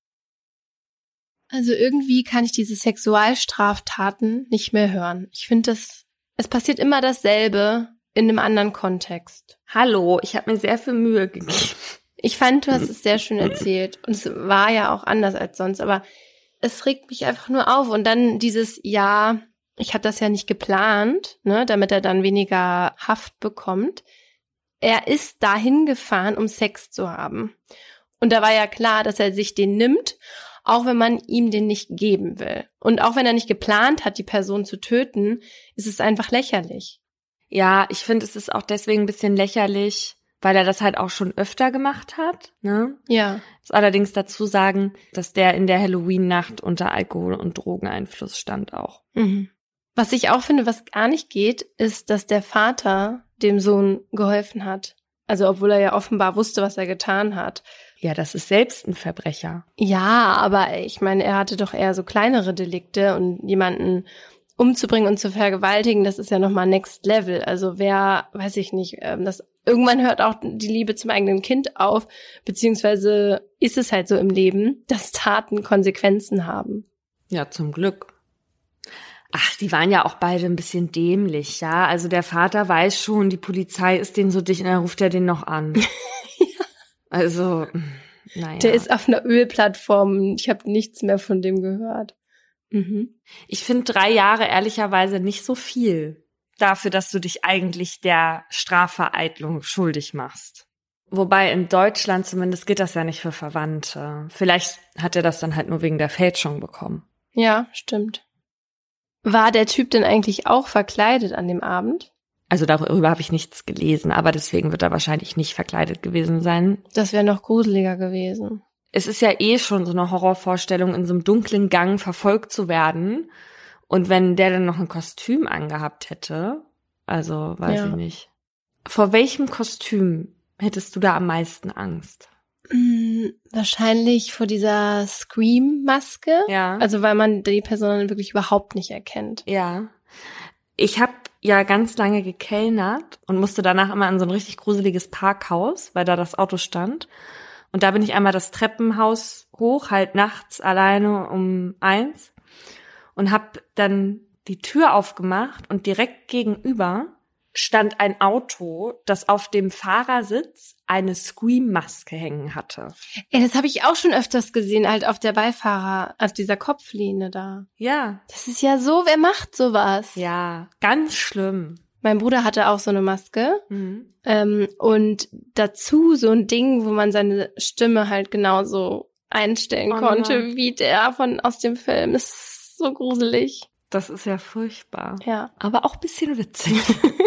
Also irgendwie kann ich diese Sexualstraftaten nicht mehr hören. Ich finde, das, es passiert immer dasselbe in einem anderen Kontext. Hallo, ich habe mir sehr viel Mühe gegeben. Ich fand, du hast es sehr schön erzählt. Und es war ja auch anders als sonst, aber es regt mich einfach nur auf. Und dann dieses Ja, ich habe das ja nicht geplant, ne, damit er dann weniger Haft bekommt. Er ist dahin gefahren, um Sex zu haben. Und da war ja klar, dass er sich den nimmt, auch wenn man ihm den nicht geben will. Und auch wenn er nicht geplant hat, die Person zu töten, ist es einfach lächerlich. Ja, ich finde, es ist auch deswegen ein bisschen lächerlich, weil er das halt auch schon öfter gemacht hat, ne? Ja. Ich muss allerdings dazu sagen, dass der in der Halloween-Nacht unter Alkohol- und Drogeneinfluss stand auch. Mhm. Was ich auch finde, was gar nicht geht, ist, dass der Vater dem Sohn geholfen hat. Also obwohl er ja offenbar wusste, was er getan hat. Ja, das ist selbst ein Verbrecher. Ja, aber ich meine, er hatte doch eher so kleinere Delikte und jemanden umzubringen und zu vergewaltigen, das ist ja nochmal Next Level. Also wer, weiß ich nicht, das irgendwann hört auch die Liebe zum eigenen Kind auf, beziehungsweise ist es halt so im Leben, dass Taten Konsequenzen haben. Ja, zum Glück. Ach, die waren ja auch beide ein bisschen dämlich, ja. Also der Vater weiß schon, die Polizei ist denen so dicht und dann ruft er den noch an. Ja. Also, naja. Der ist auf einer Ölplattform. Ich habe nichts mehr von dem gehört. Mhm. Ich finde drei Jahre ehrlicherweise nicht so viel dafür, dass du dich eigentlich der Strafvereitlung schuldig machst. Wobei in Deutschland zumindest geht das ja nicht für Verwandte. Vielleicht hat er das dann halt nur wegen der Fälschung bekommen. Ja, stimmt. War der Typ denn eigentlich auch verkleidet an dem Abend? Also darüber habe ich nichts gelesen, aber deswegen wird er wahrscheinlich nicht verkleidet gewesen sein. Das wäre noch gruseliger gewesen. Es ist ja eh schon so eine Horrorvorstellung, in so einem dunklen Gang verfolgt zu werden. Und wenn der dann noch ein Kostüm angehabt hätte, also weiß ja. ich nicht. Vor welchem Kostüm hättest du da am meisten Angst? Hm, wahrscheinlich vor dieser Scream-Maske. Ja. Also weil man die Person dann wirklich überhaupt nicht erkennt. Ja. Ich habe ja ganz lange gekellnert und musste danach immer in so ein richtig gruseliges Parkhaus, weil da das Auto stand. Und da bin ich einmal das Treppenhaus hoch, halt nachts alleine um eins und habe dann die Tür aufgemacht und direkt gegenüber stand ein Auto, das auf dem Fahrersitz eine Scream-Maske hängen hatte. Ey, das habe ich auch schon öfters gesehen, halt auf der Beifahrer, auf dieser Kopflehne da. Ja. Das ist ja so, wer macht sowas? Ja, ganz schlimm. Mein Bruder hatte auch so eine Maske Mhm. ähm, und dazu so ein Ding, wo man seine Stimme halt genauso einstellen Oh konnte, nein. wie der von aus dem Film. Das ist so gruselig. Das ist ja furchtbar. Ja. Aber auch ein bisschen witzig.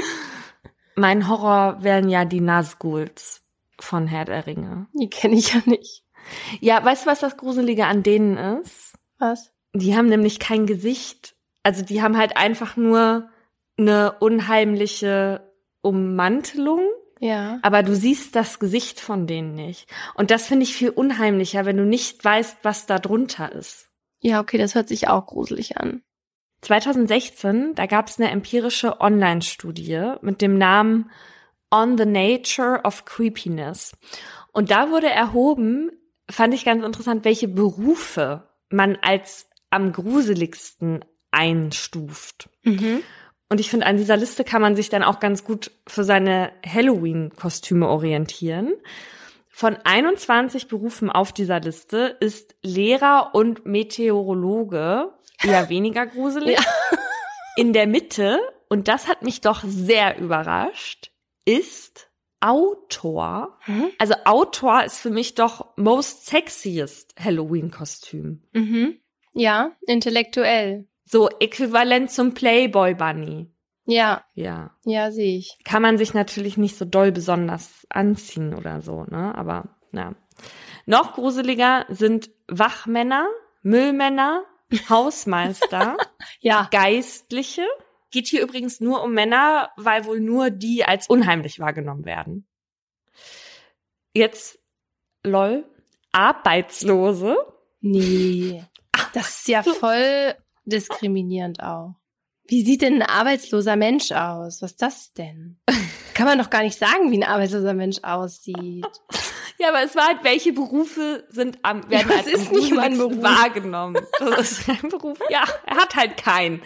Mein Horror wären ja die Nazguls von Herr der Ringe. Die kenne ich ja nicht. Ja, weißt du, was das Gruselige an denen ist? Was? Die haben nämlich kein Gesicht. Also die haben halt einfach nur eine unheimliche Ummantelung. Ja. Aber du siehst das Gesicht von denen nicht. Und das finde ich viel unheimlicher, wenn du nicht weißt, was da drunter ist. Ja, okay, das hört sich auch gruselig an. zwanzig sechzehn, da gab es eine empirische Online-Studie mit dem Namen on the Nature of Creepiness. Und da wurde erhoben, fand ich ganz interessant, welche Berufe man als am gruseligsten einstuft. Mhm. Und ich finde, an dieser Liste kann man sich dann auch ganz gut für seine Halloween-Kostüme orientieren. Von einundzwanzig Berufen auf dieser Liste ist Lehrer und Meteorologe eher weniger gruselig. Ja. In der Mitte, und das hat mich doch sehr überrascht, ist Autor. Mhm. Also Autor ist für mich doch most sexiest Halloween-Kostüm. Mhm. Ja, intellektuell. So äquivalent zum Playboy Bunny. Ja. Ja. Ja, sehe ich. Kann man sich natürlich nicht so doll besonders anziehen oder so, ne? Aber, ja. Noch gruseliger sind Wachmänner, Müllmänner, Hausmeister, ja. Geistliche. Geht hier übrigens nur um Männer, weil wohl nur die als unheimlich wahrgenommen werden. Jetzt, lol, Arbeitslose. Nee. Ach, das ist ja voll diskriminierend auch. Wie sieht denn ein arbeitsloser Mensch aus? Was ist das denn? Kann man doch gar nicht sagen, wie ein arbeitsloser Mensch aussieht. Ja, aber es war halt, welche Berufe sind am, werden ja, als ist nicht mein Beruf wahrgenommen. Das ist ein Beruf. Ja, er hat halt keinen.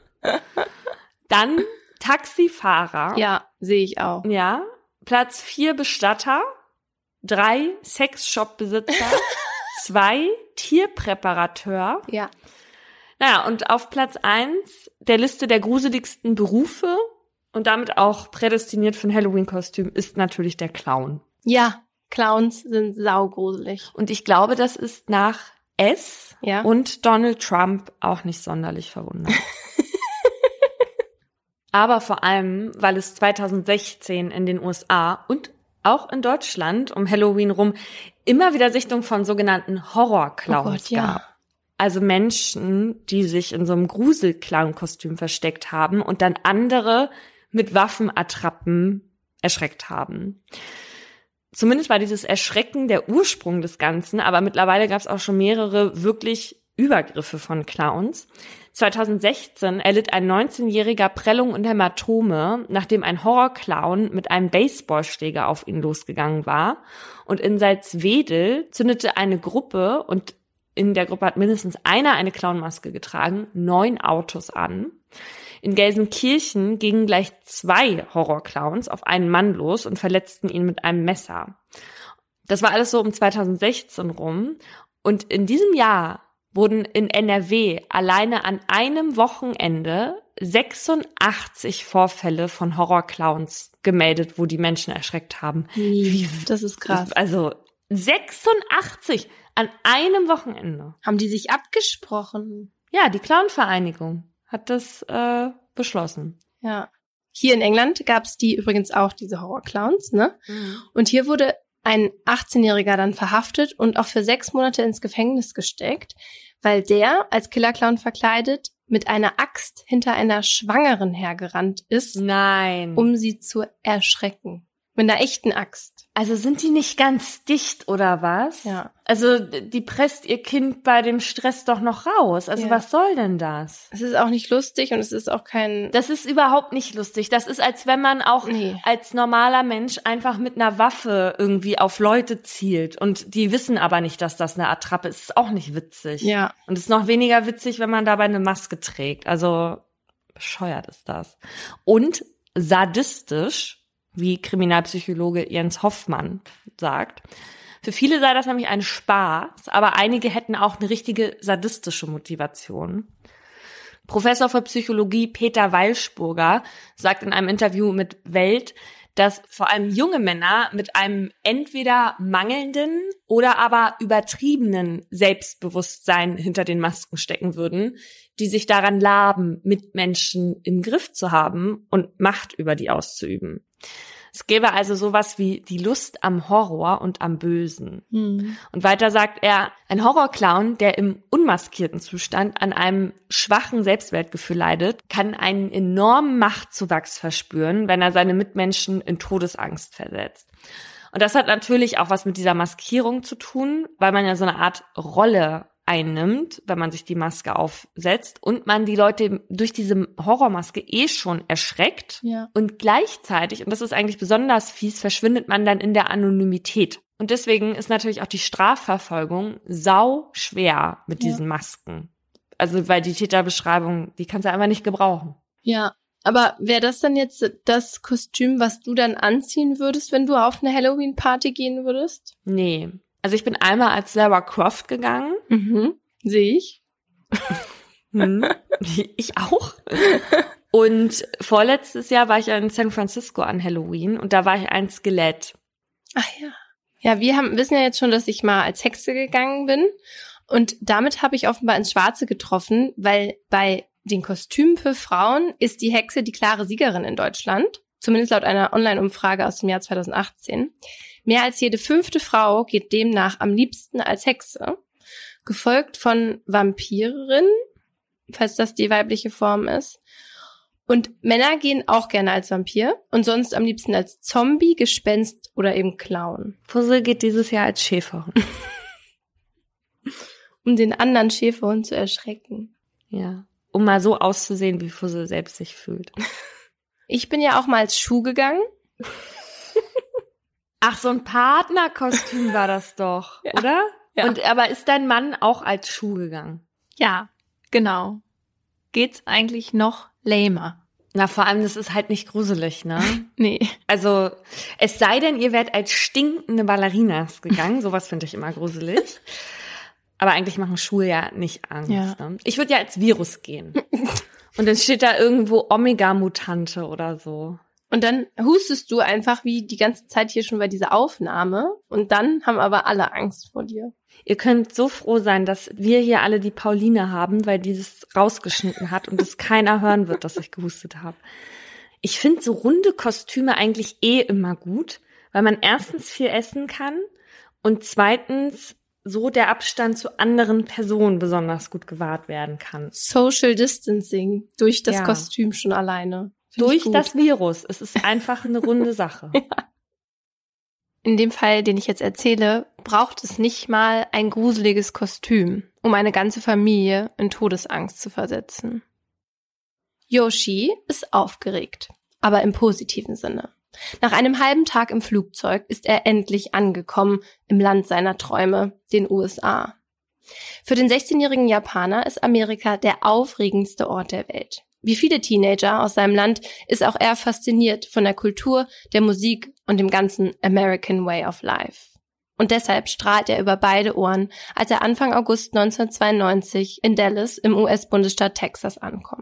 Dann Taxifahrer. Ja, sehe ich auch. Ja. Platz vier Bestatter. Drei Sexshop-Besitzer. Zwei Tierpräparateur. Ja. Naja, und auf Platz eins der Liste der gruseligsten Berufe und damit auch prädestiniert für ein Halloween-Kostüm ist natürlich der Clown. Ja, Clowns sind saugruselig. Und ich glaube, das ist nach S ja. und Donald Trump auch nicht sonderlich verwundert. Aber vor allem, weil es zweitausendsechzehn in den U S A und auch in Deutschland um Halloween rum immer wieder Sichtungen von sogenannten Horror-Clowns oh Gott, ja. gab. Also Menschen, die sich in so einem Grusel-Clown-Kostüm versteckt haben und dann andere mit Waffenattrappen erschreckt haben. Zumindest war dieses Erschrecken der Ursprung des Ganzen, aber mittlerweile gab es auch schon mehrere wirklich Übergriffe von Clowns. zweitausendsechzehn erlitt ein neunzehnjähriger Prellung und Hämatome, nachdem ein Horrorclown mit einem Baseballschläger auf ihn losgegangen war. Und in Salzwedel zündete eine Gruppe, und in der Gruppe hat mindestens einer eine Clownmaske getragen, neun Autos an. In Gelsenkirchen gingen gleich zwei Horrorclowns auf einen Mann los und verletzten ihn mit einem Messer. Das war alles so um zweitausendsechzehn rum. Und in diesem Jahr wurden in N R W alleine an einem Wochenende sechsundachtzig Vorfälle von Horrorclowns gemeldet, wo die Menschen erschreckt haben. Wie, das ist krass. Also sechsundachtzig an einem Wochenende. Haben die sich abgesprochen? Ja, die Clown-Vereinigung hat das äh, beschlossen. Ja. Hier in England gab es die übrigens auch, diese Horrorclowns, ne? Mhm. Und hier wurde ein achtzehnjähriger dann verhaftet und auch für sechs Monate ins Gefängnis gesteckt, weil der als Killerclown verkleidet mit einer Axt hinter einer Schwangeren hergerannt ist. Nein. Um sie zu erschrecken. Mit einer echten Axt. Also sind die nicht ganz dicht, oder was? Ja. Also die presst ihr Kind bei dem Stress doch noch raus. Also ja. Was soll denn das? Es ist auch nicht lustig und es ist auch kein... Das ist überhaupt nicht lustig. Das ist, als wenn man auch nee. als normaler Mensch einfach mit einer Waffe irgendwie auf Leute zielt. Und die wissen aber nicht, dass das eine Attrappe ist. Ist auch nicht witzig. Ja. Und es ist noch weniger witzig, wenn man dabei eine Maske trägt. Also bescheuert ist das. Und sadistisch, wie Kriminalpsychologe Jens Hoffmann sagt. Für viele sei das nämlich ein Spaß, aber einige hätten auch eine richtige sadistische Motivation. Professor für Psychologie Peter Weilsburger sagt in einem Interview mit Welt, dass vor allem junge Männer mit einem entweder mangelnden oder aber übertriebenen Selbstbewusstsein hinter den Masken stecken würden, die sich daran laben, Mitmenschen im Griff zu haben und Macht über die auszuüben. Es gäbe also sowas wie die Lust am Horror und am Bösen. Hm. Und weiter sagt er, ein Horrorclown, der im unmaskierten Zustand an einem schwachen Selbstwertgefühl leidet, kann einen enormen Machtzuwachs verspüren, wenn er seine Mitmenschen in Todesangst versetzt. Und das hat natürlich auch was mit dieser Maskierung zu tun, weil man ja so eine Art Rolle einnimmt, wenn man sich die Maske aufsetzt und man die Leute durch diese Horrormaske eh schon erschreckt. Ja. Und gleichzeitig, und das ist eigentlich besonders fies, verschwindet man dann in der Anonymität. Und deswegen ist natürlich auch die Strafverfolgung sau schwer mit Ja. diesen Masken. Also weil die Täterbeschreibung, die kannst du einfach nicht gebrauchen. Ja, aber wäre das dann jetzt das Kostüm, was du dann anziehen würdest, wenn du auf eine Halloween-Party gehen würdest? Nee. Also ich bin einmal als Lara Croft gegangen. Mhm, sehe ich. Hm. Ich auch. Und vorletztes Jahr war ich in San Francisco an Halloween und da war ich ein Skelett. Ach ja. Ja, wir haben wissen ja jetzt schon, dass ich mal als Hexe gegangen bin. Und damit habe ich offenbar ins Schwarze getroffen, weil bei den Kostümen für Frauen ist die Hexe die klare Siegerin in Deutschland. Zumindest laut einer Online-Umfrage aus dem Jahr zweitausendachtzehn. Mehr als jede fünfte Frau geht demnach am liebsten als Hexe. Gefolgt von Vampirin, falls das die weibliche Form ist. Und Männer gehen auch gerne als Vampir und sonst am liebsten als Zombie, Gespenst oder eben Clown. Fussel geht dieses Jahr als Schäferhund. Um den anderen Schäferhund zu erschrecken. Ja, um mal so auszusehen, wie Fussel selbst sich fühlt. Ich bin ja auch mal als Schuh gegangen. Ach, so ein Partnerkostüm war das doch, Ja. oder? Ja. Und aber ist dein Mann auch als Schuh gegangen? Ja, genau. Geht's eigentlich noch lamer? Na, vor allem, das ist halt nicht gruselig, ne? Nee. Also, es sei denn, ihr wärt als stinkende Ballerinas gegangen. Sowas finde ich immer gruselig. Aber eigentlich machen Schuhe ja nicht Angst. Ja. Ne? Ich würde ja als Virus gehen. Und dann steht da irgendwo Omega-Mutante oder so. Und dann hustest du einfach wie die ganze Zeit hier schon bei dieser Aufnahme. Und dann haben aber alle Angst vor dir. Ihr könnt so froh sein, dass wir hier alle die Pauline haben, weil dieses rausgeschnitten hat und es keiner hören wird, dass ich gehustet habe. Ich finde so runde Kostüme eigentlich eh immer gut, weil man erstens viel essen kann und zweitens so der Abstand zu anderen Personen besonders gut gewahrt werden kann. Social Distancing durch das Ja. Kostüm schon alleine. Find ich Durch gut. das Virus. Es ist einfach eine runde Sache. In dem Fall, den ich jetzt erzähle, braucht es nicht mal ein gruseliges Kostüm, um eine ganze Familie in Todesangst zu versetzen. Yoshi ist aufgeregt, aber im positiven Sinne. Nach einem halben Tag im Flugzeug ist er endlich angekommen im Land seiner Träume, den U S A. Für den sechzehnjährigen Japaner ist Amerika der aufregendste Ort der Welt. Wie viele Teenager aus seinem Land ist auch er fasziniert von der Kultur, der Musik und dem ganzen American Way of Life. Und deshalb strahlt er über beide Ohren, als er Anfang August neunzehnhundertzweiundneunzig in Dallas im U S-Bundesstaat Texas ankommt.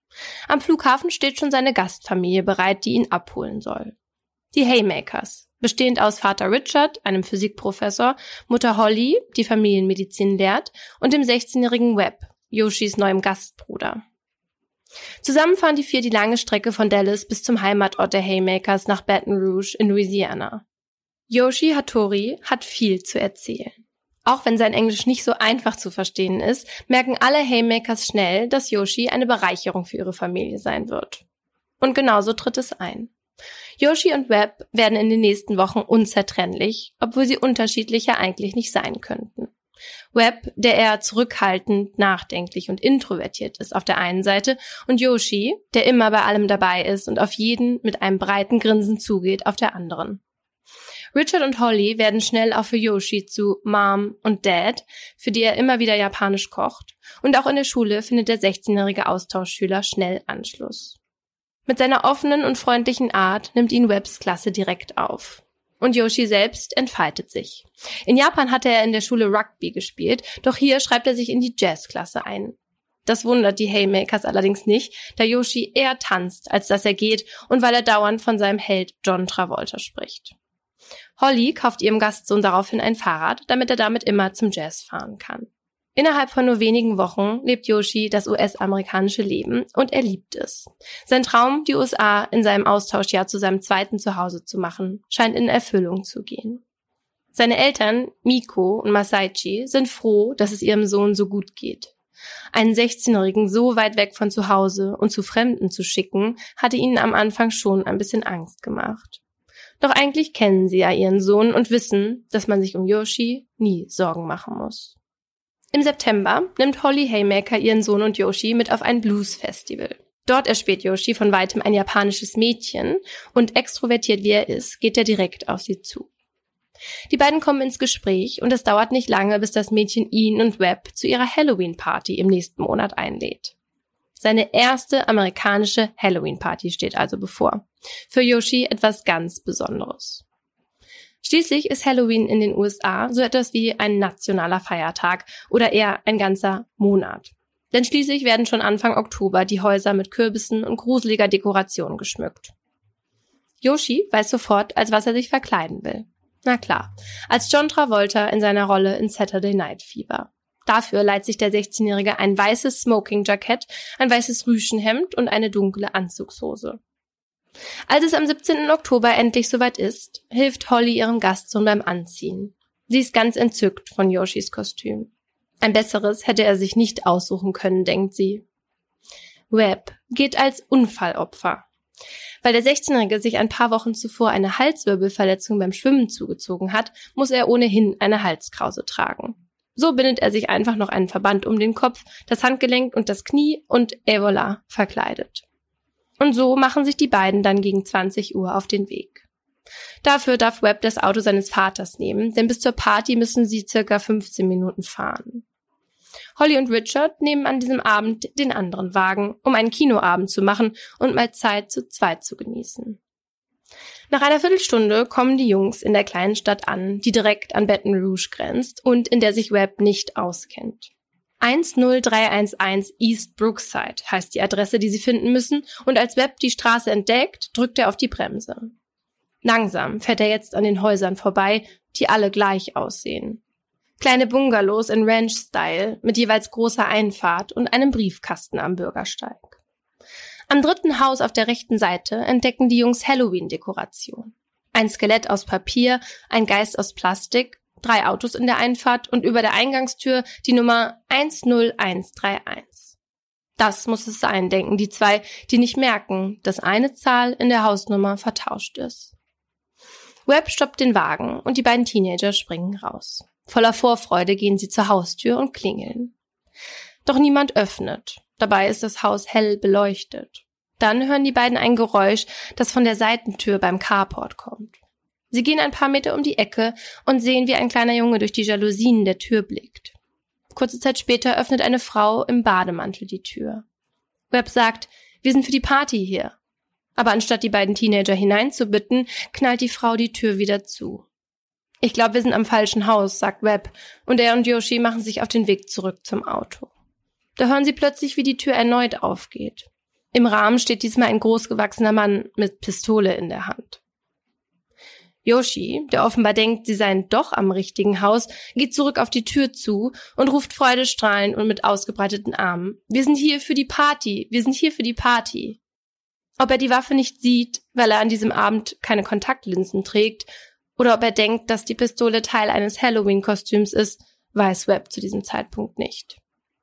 Am Flughafen steht schon seine Gastfamilie bereit, die ihn abholen soll. Die Haymakers, bestehend aus Vater Richard, einem Physikprofessor, Mutter Holly, die Familienmedizin lehrt, und dem sechzehnjährigen Webb, Yoshis neuem Gastbruder. Zusammen fahren die vier die lange Strecke von Dallas bis zum Heimatort der Haymakers nach Baton Rouge in Louisiana. Yoshi Hattori hat viel zu erzählen. Auch wenn sein Englisch nicht so einfach zu verstehen ist, merken alle Haymakers schnell, dass Yoshi eine Bereicherung für ihre Familie sein wird. Und genauso tritt es ein. Yoshi und Webb werden in den nächsten Wochen unzertrennlich, obwohl sie unterschiedlicher eigentlich nicht sein könnten. Webb, der eher zurückhaltend, nachdenklich und introvertiert ist auf der einen Seite, und Yoshi, der immer bei allem dabei ist und auf jeden mit einem breiten Grinsen zugeht, auf der anderen. Richard und Holly werden schnell auch für Yoshi zu Mom und Dad, für die er immer wieder japanisch kocht, und auch in der Schule findet der sechzehnjährige Austauschschüler schnell Anschluss. Mit seiner offenen und freundlichen Art nimmt ihn Webbs Klasse direkt auf. Und Yoshi selbst entfaltet sich. In Japan hatte er in der Schule Rugby gespielt, doch hier schreibt er sich in die Jazzklasse ein. Das wundert die Haymakers allerdings nicht, da Yoshi eher tanzt, als dass er geht, und weil er dauernd von seinem Held John Travolta spricht. Holly kauft ihrem Gastsohn daraufhin ein Fahrrad, damit er damit immer zum Jazz fahren kann. Innerhalb von nur wenigen Wochen lebt Yoshi das U S-amerikanische Leben und er liebt es. Sein Traum, die U S A in seinem Austauschjahr zu seinem zweiten Zuhause zu machen, scheint in Erfüllung zu gehen. Seine Eltern, Miko und Masaichi, sind froh, dass es ihrem Sohn so gut geht. Einen sechzehnjährigen so weit weg von zu Hause und zu Fremden zu schicken, hatte ihnen am Anfang schon ein bisschen Angst gemacht. Doch eigentlich kennen sie ja ihren Sohn und wissen, dass man sich um Yoshi nie Sorgen machen muss. Im September nimmt Holly Haymaker ihren Sohn und Yoshi mit auf ein Blues-Festival. Dort erspäht Yoshi von weitem ein japanisches Mädchen und extrovertiert wie er ist, geht er direkt auf sie zu. Die beiden kommen ins Gespräch und es dauert nicht lange, bis das Mädchen ihn und Webb zu ihrer Halloween-Party im nächsten Monat einlädt. Seine erste amerikanische Halloween-Party steht also bevor. Für Yoshi etwas ganz Besonderes. Schließlich ist Halloween in den U S A so etwas wie ein nationaler Feiertag oder eher ein ganzer Monat. Denn schließlich werden schon Anfang Oktober die Häuser mit Kürbissen und gruseliger Dekoration geschmückt. Yoshi weiß sofort, als was er sich verkleiden will. Na klar, als John Travolta in seiner Rolle in Saturday Night Fever. Dafür leiht sich der sechzehnjährige ein weißes Smoking-Jackett, ein weißes Rüschenhemd und eine dunkle Anzugshose. Als es am siebzehnten Oktober endlich soweit ist, hilft Holly ihrem Gastsohn beim Anziehen. Sie ist ganz entzückt von Yoshis Kostüm. Ein besseres hätte er sich nicht aussuchen können, denkt sie. Webb geht als Unfallopfer. Weil der sechzehnjährige sich ein paar Wochen zuvor eine Halswirbelverletzung beim Schwimmen zugezogen hat, muss er ohnehin eine Halskrause tragen. So bindet er sich einfach noch einen Verband um den Kopf, das Handgelenk und das Knie und et voilà, verkleidet. Und so machen sich die beiden dann gegen zwanzig Uhr auf den Weg. Dafür darf Webb das Auto seines Vaters nehmen, denn bis zur Party müssen sie circa fünfzehn Minuten fahren. Holly und Richard nehmen an diesem Abend den anderen Wagen, um einen Kinoabend zu machen und mal Zeit zu zweit zu genießen. Nach einer Viertelstunde kommen die Jungs in der kleinen Stadt an, die direkt an Baton Rouge grenzt und in der sich Webb nicht auskennt. eins null drei eins eins East Brookside heißt die Adresse, die sie finden müssen, und als Webb die Straße entdeckt, drückt er auf die Bremse. Langsam fährt er jetzt an den Häusern vorbei, die alle gleich aussehen. Kleine Bungalows in Ranch-Style mit jeweils großer Einfahrt und einem Briefkasten am Bürgersteig. Am dritten Haus auf der rechten Seite entdecken die Jungs Halloween-Dekoration. Ein Skelett aus Papier, ein Geist aus Plastik, drei Autos in der Einfahrt und über der Eingangstür die Nummer eins null eins drei eins. Das muss es sein, denken die zwei, die nicht merken, dass eine Zahl in der Hausnummer vertauscht ist. Webb stoppt den Wagen und die beiden Teenager springen raus. Voller Vorfreude gehen sie zur Haustür und klingeln. Doch niemand öffnet. Dabei ist das Haus hell beleuchtet. Dann hören die beiden ein Geräusch, das von der Seitentür beim Carport kommt. Sie gehen ein paar Meter um die Ecke und sehen, wie ein kleiner Junge durch die Jalousien der Tür blickt. Kurze Zeit später öffnet eine Frau im Bademantel die Tür. Webb sagt, wir sind für die Party hier. Aber anstatt die beiden Teenager hineinzubitten, knallt die Frau die Tür wieder zu. Ich glaube, wir sind am falschen Haus, sagt Webb, und er und Yoshi machen sich auf den Weg zurück zum Auto. Da hören sie plötzlich, wie die Tür erneut aufgeht. Im Rahmen steht diesmal ein großgewachsener Mann mit Pistole in der Hand. Yoshi, der offenbar denkt, sie seien doch am richtigen Haus, geht zurück auf die Tür zu und ruft freudestrahlend und mit ausgebreiteten Armen, wir sind hier für die Party, wir sind hier für die Party. Ob er die Waffe nicht sieht, weil er an diesem Abend keine Kontaktlinsen trägt, oder ob er denkt, dass die Pistole Teil eines Halloween-Kostüms ist, weiß Webb zu diesem Zeitpunkt nicht.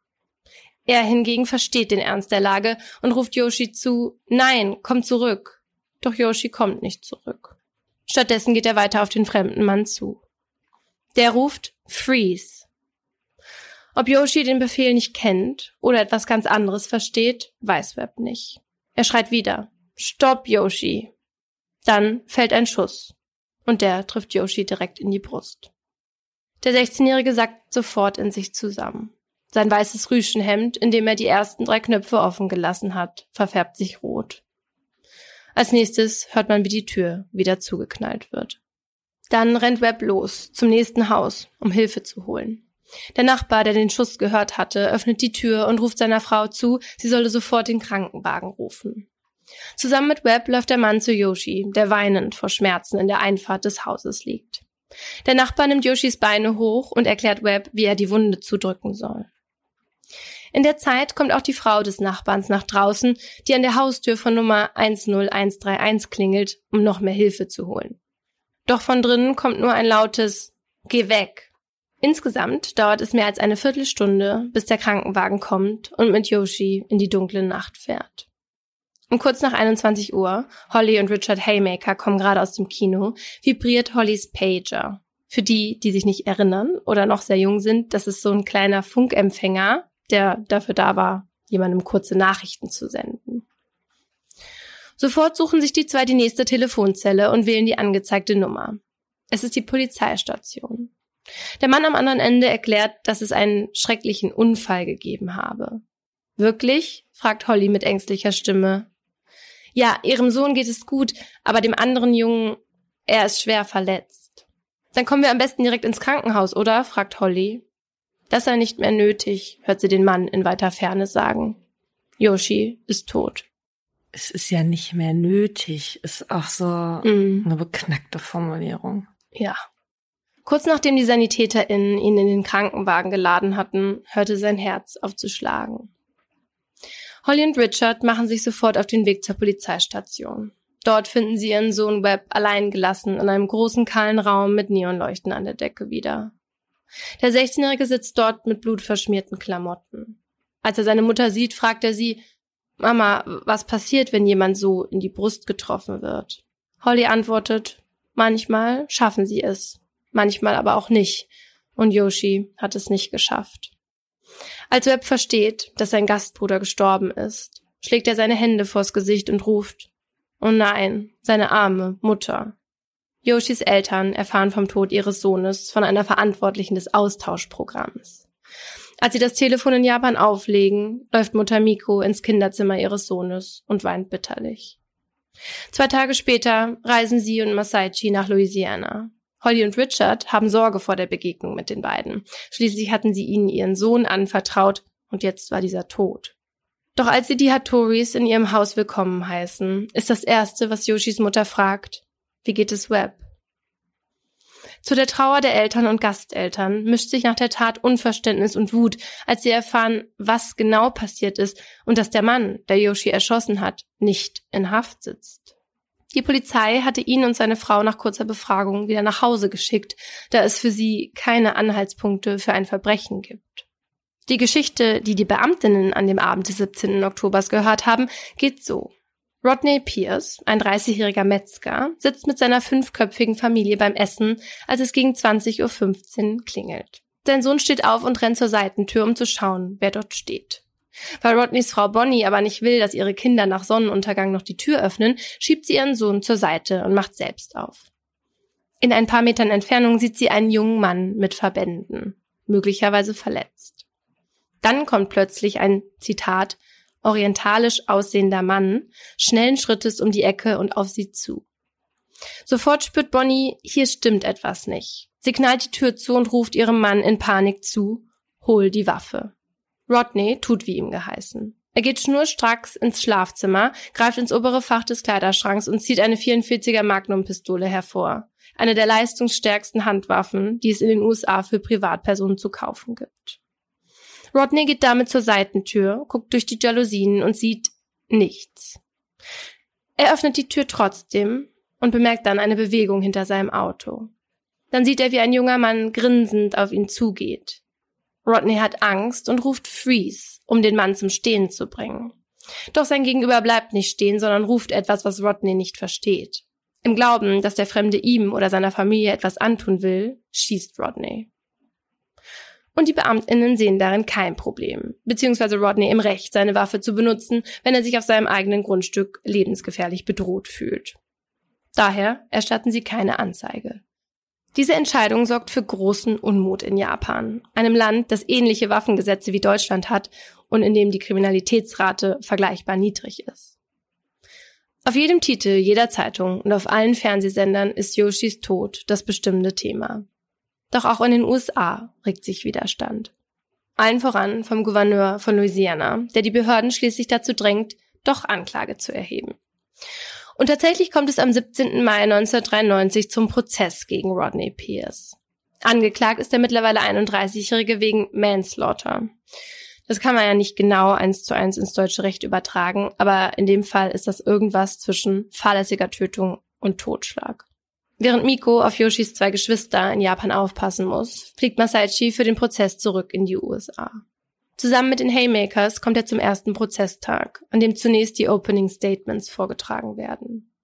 Er hingegen versteht den Ernst der Lage und ruft Yoshi zu, nein, komm zurück. Doch Yoshi kommt nicht zurück. Stattdessen geht er weiter auf den fremden Mann zu. Der ruft, freeze. Ob Yoshi den Befehl nicht kennt oder etwas ganz anderes versteht, weiß Webb nicht. Er schreit wieder, stopp, Yoshi. Dann fällt ein Schuss. Und der trifft Yoshi direkt in die Brust. Der sechzehnjährige sackt sofort in sich zusammen. Sein weißes Rüschenhemd, in dem er die ersten drei Knöpfe offen gelassen hat, verfärbt sich rot. Als nächstes hört man, wie die Tür wieder zugeknallt wird. Dann rennt Webb los, zum nächsten Haus, um Hilfe zu holen. Der Nachbar, der den Schuss gehört hatte, öffnet die Tür und ruft seiner Frau zu, sie solle sofort den Krankenwagen rufen. Zusammen mit Webb läuft der Mann zu Yoshi, der weinend vor Schmerzen in der Einfahrt des Hauses liegt. Der Nachbar nimmt Yoshis Beine hoch und erklärt Webb, wie er die Wunde zudrücken soll. In der Zeit kommt auch die Frau des Nachbarns nach draußen, die an der Haustür von Nummer eins null eins drei eins klingelt, um noch mehr Hilfe zu holen. Doch von drinnen kommt nur ein lautes »Geh weg!« Insgesamt dauert es mehr als eine Viertelstunde, bis der Krankenwagen kommt und mit Yoshi in die dunkle Nacht fährt. Um kurz nach einundzwanzig Uhr, Holly und Richard Haymaker kommen gerade aus dem Kino, vibriert Hollys Pager. Für die, die sich nicht erinnern oder noch sehr jung sind, das ist so ein kleiner Funkempfänger, der dafür da war, jemandem kurze Nachrichten zu senden. Sofort suchen sich die zwei die nächste Telefonzelle und wählen die angezeigte Nummer. Es ist die Polizeistation. Der Mann am anderen Ende erklärt, dass es einen schrecklichen Unfall gegeben habe. Wirklich? Fragt Holly mit ängstlicher Stimme. Ja, ihrem Sohn geht es gut, aber dem anderen Jungen, er ist schwer verletzt. Dann kommen wir am besten direkt ins Krankenhaus, oder? Fragt Holly. Das sei nicht mehr nötig, hört sie den Mann in weiter Ferne sagen. Yoshi ist tot. Es ist ja nicht mehr nötig, ist auch so mm. eine beknackte Formulierung. Ja. Kurz nachdem die SanitäterInnen ihn in den Krankenwagen geladen hatten, hörte sein Herz auf zu schlagen. Holly und Richard machen sich sofort auf den Weg zur Polizeistation. Dort finden sie ihren Sohn Webb allein gelassen in einem großen kahlen Raum mit Neonleuchten an der Decke wieder. Der sechzehnjährige sitzt dort mit blutverschmierten Klamotten. Als er seine Mutter sieht, fragt er sie, Mama, was passiert, wenn jemand so in die Brust getroffen wird? Holly antwortet, manchmal schaffen sie es, manchmal aber auch nicht. Und Yoshi hat es nicht geschafft. Als Webb versteht, dass sein Gastbruder gestorben ist, schlägt er seine Hände vors Gesicht und ruft, oh nein, seine arme Mutter. Yoshis Eltern erfahren vom Tod ihres Sohnes von einer Verantwortlichen des Austauschprogramms. Als sie das Telefon in Japan auflegen, läuft Mutter Miko ins Kinderzimmer ihres Sohnes und weint bitterlich. Zwei Tage später reisen sie und Masaichi nach Louisiana. Holly und Richard haben Sorge vor der Begegnung mit den beiden. Schließlich hatten sie ihnen ihren Sohn anvertraut und jetzt war dieser tot. Doch als sie die Hattoris in ihrem Haus willkommen heißen, ist das Erste, was Yoshis Mutter fragt, wie geht es Webb? Zu der Trauer der Eltern und Gasteltern mischt sich nach der Tat Unverständnis und Wut, als sie erfahren, was genau passiert ist und dass der Mann, der Yoshi erschossen hat, nicht in Haft sitzt. Die Polizei hatte ihn und seine Frau nach kurzer Befragung wieder nach Hause geschickt, da es für sie keine Anhaltspunkte für ein Verbrechen gibt. Die Geschichte, die die Beamtinnen an dem Abend des siebzehnten Oktobers gehört haben, geht so. Rodney Pierce, ein dreißigjähriger Metzger, sitzt mit seiner fünfköpfigen Familie beim Essen, als es gegen zwanzig Uhr fünfzehn klingelt. Sein Sohn steht auf und rennt zur Seitentür, um zu schauen, wer dort steht. Weil Rodneys Frau Bonnie aber nicht will, dass ihre Kinder nach Sonnenuntergang noch die Tür öffnen, schiebt sie ihren Sohn zur Seite und macht selbst auf. In ein paar Metern Entfernung sieht sie einen jungen Mann mit Verbänden, möglicherweise verletzt. Dann kommt plötzlich ein, Zitat, orientalisch aussehender Mann, schnellen Schrittes um die Ecke und auf sie zu. Sofort spürt Bonnie, hier stimmt etwas nicht. Sie knallt die Tür zu und ruft ihrem Mann in Panik zu, hol die Waffe. Rodney tut wie ihm geheißen. Er geht schnurstracks ins Schlafzimmer, greift ins obere Fach des Kleiderschranks und zieht eine vierundvierziger Magnum-Pistole hervor. Eine der leistungsstärksten Handwaffen, die es in den U S A für Privatpersonen zu kaufen gibt. Rodney geht damit zur Seitentür, guckt durch die Jalousien und sieht nichts. Er öffnet die Tür trotzdem und bemerkt dann eine Bewegung hinter seinem Auto. Dann sieht er, wie ein junger Mann grinsend auf ihn zugeht. Rodney hat Angst und ruft Freeze, um den Mann zum Stehen zu bringen. Doch sein Gegenüber bleibt nicht stehen, sondern ruft etwas, was Rodney nicht versteht. Im Glauben, dass der Fremde ihm oder seiner Familie etwas antun will, schießt Rodney. Und die BeamtInnen sehen darin kein Problem, beziehungsweise Rodney im Recht, seine Waffe zu benutzen, wenn er sich auf seinem eigenen Grundstück lebensgefährlich bedroht fühlt. Daher erstatten sie keine Anzeige. Diese Entscheidung sorgt für großen Unmut in Japan, einem Land, das ähnliche Waffengesetze wie Deutschland hat und in dem die Kriminalitätsrate vergleichbar niedrig ist. Auf jedem Titel jeder Zeitung und auf allen Fernsehsendern ist Yoshis Tod das bestimmende Thema. Doch auch in den U S A regt sich Widerstand. Allen voran vom Gouverneur von Louisiana, der die Behörden schließlich dazu drängt, doch Anklage zu erheben. Und tatsächlich kommt es am siebzehnten Mai neunzehnhundertdreiundneunzig zum Prozess gegen Rodney Pierce. Angeklagt ist der mittlerweile einunddreißigjährige wegen Manslaughter. Das kann man ja nicht genau eins zu eins ins deutsche Recht übertragen, aber in dem Fall ist das irgendwas zwischen fahrlässiger Tötung und Totschlag. Während Miko auf Yoshis zwei Geschwister in Japan aufpassen muss, fliegt Masaichi für den Prozess zurück in die U S A. Zusammen mit den Haymakers kommt er zum ersten Prozesstag, an dem zunächst die Opening Statements vorgetragen werden.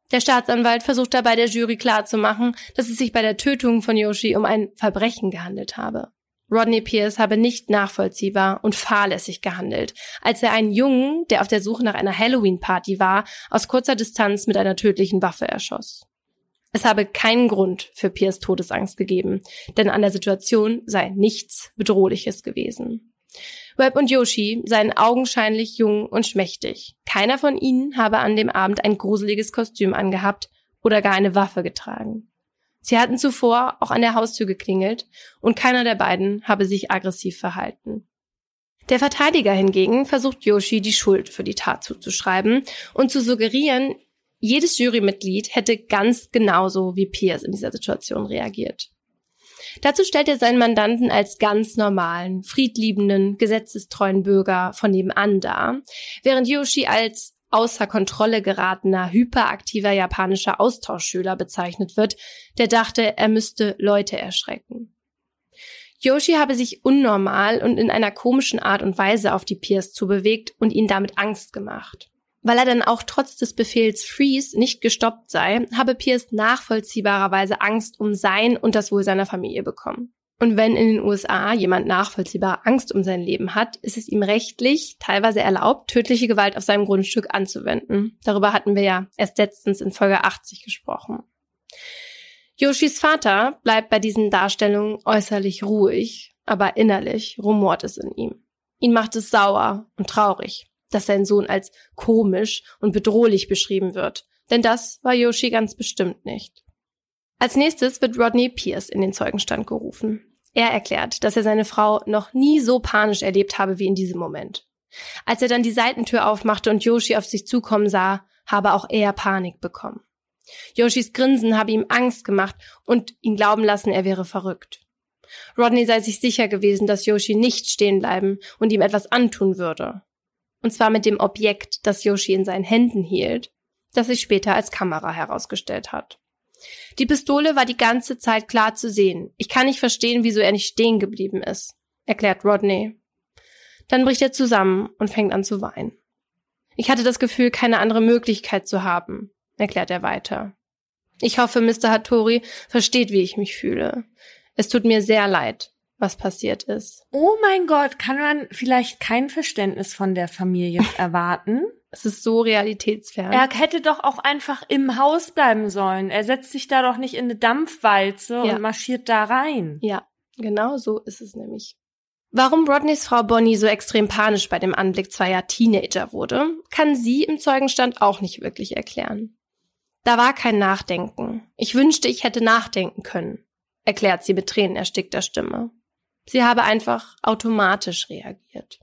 Der Staatsanwalt versucht dabei der Jury klarzumachen, dass es sich bei der Tötung von Yoshi um ein Verbrechen gehandelt habe. Rodney Pierce habe nicht nachvollziehbar und fahrlässig gehandelt, als er einen Jungen, der auf der Suche nach einer Halloween-Party war, aus kurzer Distanz mit einer tödlichen Waffe erschoss. Es habe keinen Grund für Pierce' Todesangst gegeben, denn an der Situation sei nichts Bedrohliches gewesen. Webb und Yoshi seien augenscheinlich jung und schmächtig. Keiner von ihnen habe an dem Abend ein gruseliges Kostüm angehabt oder gar eine Waffe getragen. Sie hatten zuvor auch an der Haustür geklingelt und keiner der beiden habe sich aggressiv verhalten. Der Verteidiger hingegen versucht Yoshi die Schuld für die Tat zuzuschreiben und zu suggerieren, jedes Jurymitglied hätte ganz genauso wie Pierce in dieser Situation reagiert. Dazu stellt er seinen Mandanten als ganz normalen, friedliebenden, gesetzestreuen Bürger von nebenan dar, während Yoshi als außer Kontrolle geratener, hyperaktiver japanischer Austauschschüler bezeichnet wird, der dachte, er müsste Leute erschrecken. Yoshi habe sich unnormal und in einer komischen Art und Weise auf die Pierce zubewegt und ihnen damit Angst gemacht. Weil er dann auch trotz des Befehls Freeze nicht gestoppt sei, habe Pierce nachvollziehbarerweise Angst um sein und das Wohl seiner Familie bekommen. Und wenn in den U S A jemand nachvollziehbar Angst um sein Leben hat, ist es ihm rechtlich teilweise erlaubt, tödliche Gewalt auf seinem Grundstück anzuwenden. Darüber hatten wir ja erst letztens in Folge achtzig gesprochen. Yoshis Vater bleibt bei diesen Darstellungen äußerlich ruhig, aber innerlich rumort es in ihm. Ihn macht es sauer und traurig, dass sein Sohn als komisch und bedrohlich beschrieben wird. Denn das war Yoshi ganz bestimmt nicht. Als nächstes wird Rodney Pierce in den Zeugenstand gerufen. Er erklärt, dass er seine Frau noch nie so panisch erlebt habe wie in diesem Moment. Als er dann die Seitentür aufmachte und Yoshi auf sich zukommen sah, habe auch er Panik bekommen. Yoshis Grinsen habe ihm Angst gemacht und ihn glauben lassen, er wäre verrückt. Rodney sei sich sicher gewesen, dass Yoshi nicht stehen bleiben und ihm etwas antun würde. Und zwar mit dem Objekt, das Yoshi in seinen Händen hielt, das sich später als Kamera herausgestellt hat. Die Pistole war die ganze Zeit klar zu sehen. Ich kann nicht verstehen, wieso er nicht stehen geblieben ist, erklärt Rodney. Dann bricht er zusammen und fängt an zu weinen. Ich hatte das Gefühl, keine andere Möglichkeit zu haben, erklärt er weiter. Ich hoffe, Mister Hattori versteht, wie ich mich fühle. Es tut mir sehr leid, was passiert ist. Oh mein Gott, kann man vielleicht kein Verständnis von der Familie erwarten? Es ist so realitätsfern. Er hätte doch auch einfach im Haus bleiben sollen. Er setzt sich da doch nicht in eine Dampfwalze ja. und marschiert da rein. Ja, genau so ist es nämlich. Warum Rodneys Frau Bonnie so extrem panisch bei dem Anblick zweier Teenager wurde, kann sie im Zeugenstand auch nicht wirklich erklären. Da war kein Nachdenken. Ich wünschte, ich hätte nachdenken können, erklärt sie mit tränenerstickter Stimme. Sie habe einfach automatisch reagiert.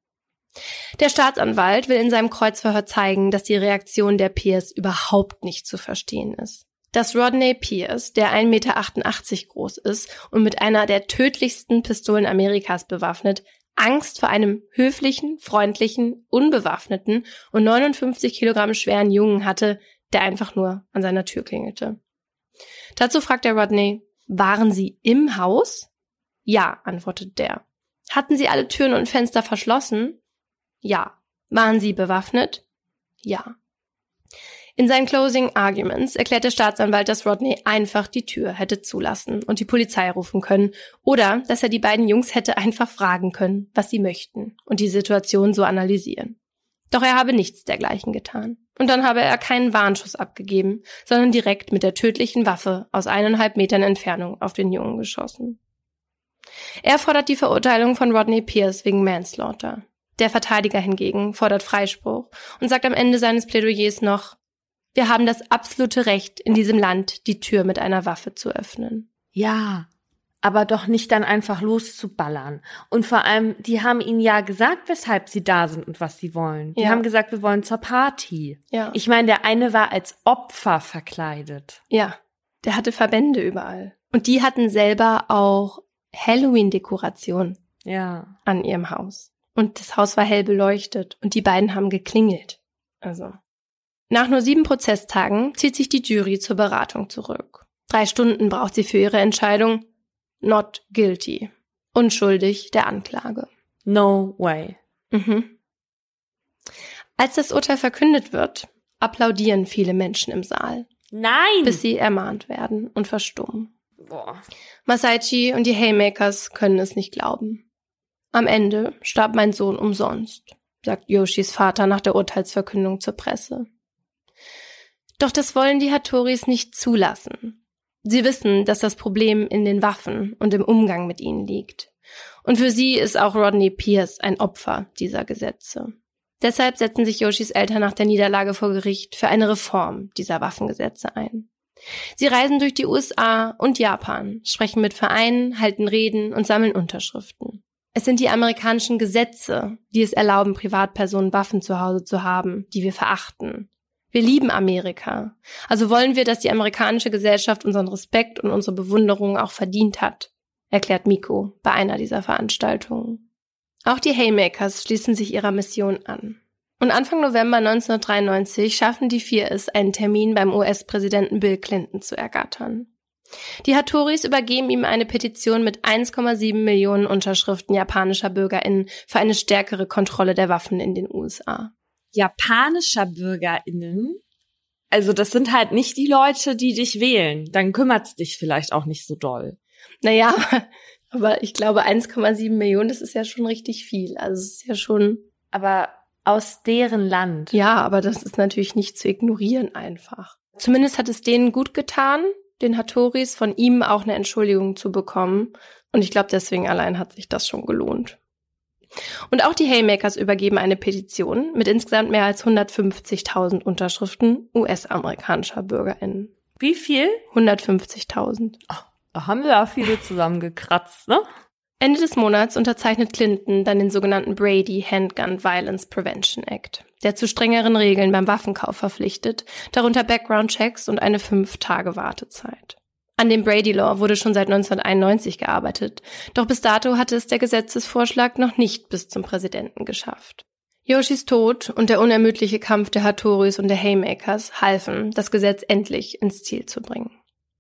Der Staatsanwalt will in seinem Kreuzverhör zeigen, dass die Reaktion der Pierce überhaupt nicht zu verstehen ist. Dass Rodney Pierce, der ein Meter achtundachtzig groß ist und mit einer der tödlichsten Pistolen Amerikas bewaffnet, Angst vor einem höflichen, freundlichen, unbewaffneten und neunundfünfzig Kilogramm schweren Jungen hatte, der einfach nur an seiner Tür klingelte. Dazu fragt er Rodney, waren Sie im Haus? Ja, antwortet der. Hatten Sie alle Türen und Fenster verschlossen? Ja. Waren Sie bewaffnet? Ja. In seinen Closing Arguments erklärt der Staatsanwalt, dass Rodney einfach die Tür hätte zulassen und die Polizei rufen können oder dass er die beiden Jungs hätte einfach fragen können, was sie möchten und die Situation so analysieren. Doch er habe nichts dergleichen getan. Und dann habe er keinen Warnschuss abgegeben, sondern direkt mit der tödlichen Waffe aus eineinhalb Metern Entfernung auf den Jungen geschossen. Er fordert die Verurteilung von Rodney Pierce wegen Manslaughter. Der Verteidiger hingegen fordert Freispruch und sagt am Ende seines Plädoyers noch, wir haben das absolute Recht, in diesem Land die Tür mit einer Waffe zu öffnen. Ja, aber doch nicht dann einfach loszuballern. Und vor allem, die haben ihnen ja gesagt, weshalb sie da sind und was sie wollen. Die ja. haben gesagt, wir wollen zur Party. Ja. Ich meine, der eine war als Opfer verkleidet. Ja, der hatte Verbände überall. Und die hatten selber auch Halloween-Dekoration ja. an ihrem Haus. Und das Haus war hell beleuchtet und die beiden haben geklingelt. Also. Nach nur sieben Prozesstagen zieht sich die Jury zur Beratung zurück. Drei Stunden braucht sie für ihre Entscheidung. Not guilty. Unschuldig der Anklage. No way. Mhm. Als das Urteil verkündet wird, applaudieren viele Menschen im Saal. Nein! Bis sie ermahnt werden und verstummen. Boah. Masaichi und die Haymakers können es nicht glauben. Am Ende starb mein Sohn umsonst, sagt Yoshis Vater nach der Urteilsverkündung zur Presse. Doch das wollen die Hattoris nicht zulassen. Sie wissen, dass das Problem in den Waffen und im Umgang mit ihnen liegt. Und für sie ist auch Rodney Pierce ein Opfer dieser Gesetze. Deshalb setzen sich Yoshis Eltern nach der Niederlage vor Gericht für eine Reform dieser Waffengesetze ein. Sie reisen durch die U S A und Japan, sprechen mit Vereinen, halten Reden und sammeln Unterschriften. Es sind die amerikanischen Gesetze, die es erlauben, Privatpersonen Waffen zu Hause zu haben, die wir verachten. Wir lieben Amerika. Also wollen wir, dass die amerikanische Gesellschaft unseren Respekt und unsere Bewunderung auch verdient hat, erklärt Miko bei einer dieser Veranstaltungen. Auch die Haymakers schließen sich ihrer Mission an. Und Anfang November neunzehnhundertdreiundneunzig schaffen die vier es, einen Termin beim U S-Präsidenten Bill Clinton zu ergattern. Die Hattoris übergeben ihm eine Petition mit eins Komma sieben Millionen Unterschriften japanischer BürgerInnen für eine stärkere Kontrolle der Waffen in den U S A. Japanischer BürgerInnen? Also das sind halt nicht die Leute, die dich wählen. Dann kümmert's dich vielleicht auch nicht so doll. Naja, aber ich glaube eins Komma sieben Millionen, das ist ja schon richtig viel. Also es ist ja schon... Aber aus deren Land. Ja, aber das ist natürlich nicht zu ignorieren einfach. Zumindest hat es denen gut getan, den Hattoris, von ihm auch eine Entschuldigung zu bekommen. Und ich glaube, deswegen allein hat sich das schon gelohnt. Und auch die Haymakers übergeben eine Petition mit insgesamt mehr als hundertfünfzigtausend Unterschriften U S-amerikanischer BürgerInnen. Wie viel? hundertfünfzigtausend. Oh, da haben wir ja viele zusammengekratzt, ne? Ende des Monats unterzeichnet Clinton dann den sogenannten Brady Handgun Violence Prevention Act, der zu strengeren Regeln beim Waffenkauf verpflichtet, darunter Background-Checks und eine fünf Tage Wartezeit. An dem Brady Law wurde schon seit neunzehnhunderteinundneunzig gearbeitet, doch bis dato hatte es der Gesetzesvorschlag noch nicht bis zum Präsidenten geschafft. Yoshis Tod und der unermüdliche Kampf der Hattoris und der Haymakers halfen, das Gesetz endlich ins Ziel zu bringen.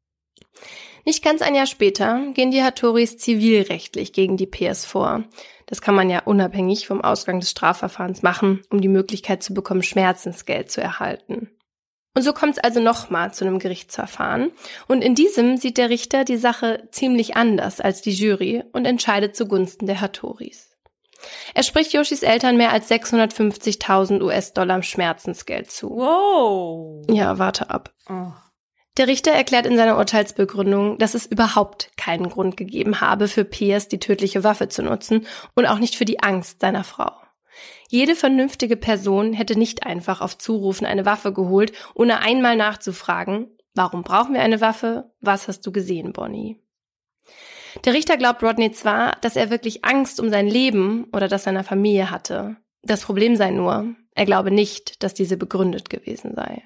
Nicht ganz ein Jahr später gehen die Hattoris zivilrechtlich gegen die Pierce vor. Das kann man ja unabhängig vom Ausgang des Strafverfahrens machen, um die Möglichkeit zu bekommen, Schmerzensgeld zu erhalten. Und so kommt es also nochmal zu einem Gerichtsverfahren. Und in diesem sieht der Richter die Sache ziemlich anders als die Jury und entscheidet zugunsten der Hattoris. Er spricht Yoshis Eltern mehr als sechshundertfünfzigtausend U S-Dollar Schmerzensgeld zu. Wow. Ja, warte ab. Oh. Der Richter erklärt in seiner Urteilsbegründung, dass es überhaupt keinen Grund gegeben habe, für Pierce die tödliche Waffe zu nutzen und auch nicht für die Angst seiner Frau. Jede vernünftige Person hätte nicht einfach auf Zurufen eine Waffe geholt, ohne einmal nachzufragen, warum brauchen wir eine Waffe? Was hast du gesehen, Bonnie? Der Richter glaubt Rodney zwar, dass er wirklich Angst um sein Leben oder das seiner Familie hatte. Das Problem sei nur, er glaube nicht, dass diese begründet gewesen sei.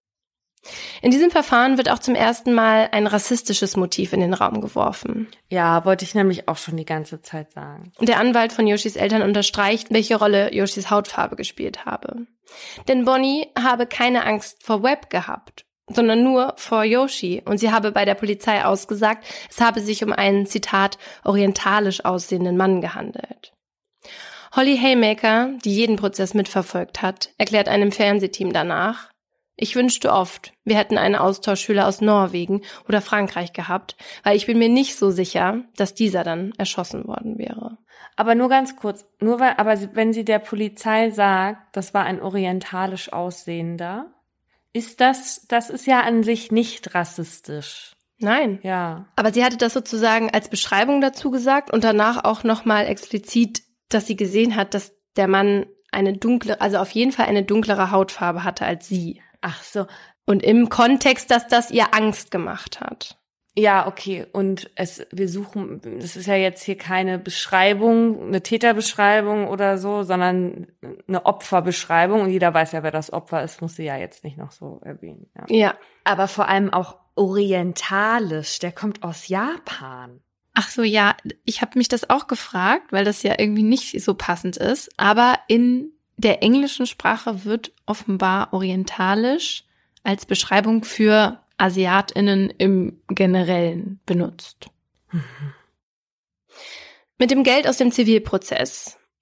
In diesem Verfahren wird auch zum ersten Mal ein rassistisches Motiv in den Raum geworfen. Ja, wollte ich nämlich auch schon die ganze Zeit sagen. Der Anwalt von Yoshis Eltern unterstreicht, welche Rolle Yoshis Hautfarbe gespielt habe. Denn Bonnie habe keine Angst vor Webb gehabt, sondern nur vor Yoshi. Und sie habe bei der Polizei ausgesagt, es habe sich um einen, Zitat, orientalisch aussehenden Mann gehandelt. Holly Haymaker, die jeden Prozess mitverfolgt hat, erklärt einem Fernsehteam danach: Ich wünschte oft, wir hätten einen Austauschschüler aus Norwegen oder Frankreich gehabt, weil ich bin mir nicht so sicher, dass dieser dann erschossen worden wäre. Aber nur ganz kurz, nur weil, aber wenn sie der Polizei sagt, das war ein orientalisch aussehender, ist das, das ist ja an sich nicht rassistisch. Nein. Ja. Aber sie hatte das sozusagen als Beschreibung dazu gesagt und danach auch nochmal explizit, dass sie gesehen hat, dass der Mann eine dunkle, also auf jeden Fall eine dunklere Hautfarbe hatte als sie. Ach so. Und im Kontext, dass das ihr Angst gemacht hat. Ja, okay. Und es, wir suchen, das ist ja jetzt hier keine Beschreibung, eine Täterbeschreibung oder so, sondern eine Opferbeschreibung. Und jeder weiß ja, wer das Opfer ist, muss sie ja jetzt nicht noch so erwähnen. Ja. Ja. Aber vor allem auch orientalisch, der kommt aus Japan. Ach so, ja, ich habe mich das auch gefragt, weil das ja irgendwie nicht so passend ist. Aber in der englischen Sprache wird offenbar orientalisch als Beschreibung für AsiatInnen im Generellen benutzt. Mit dem Geld aus dem Zivilprozess,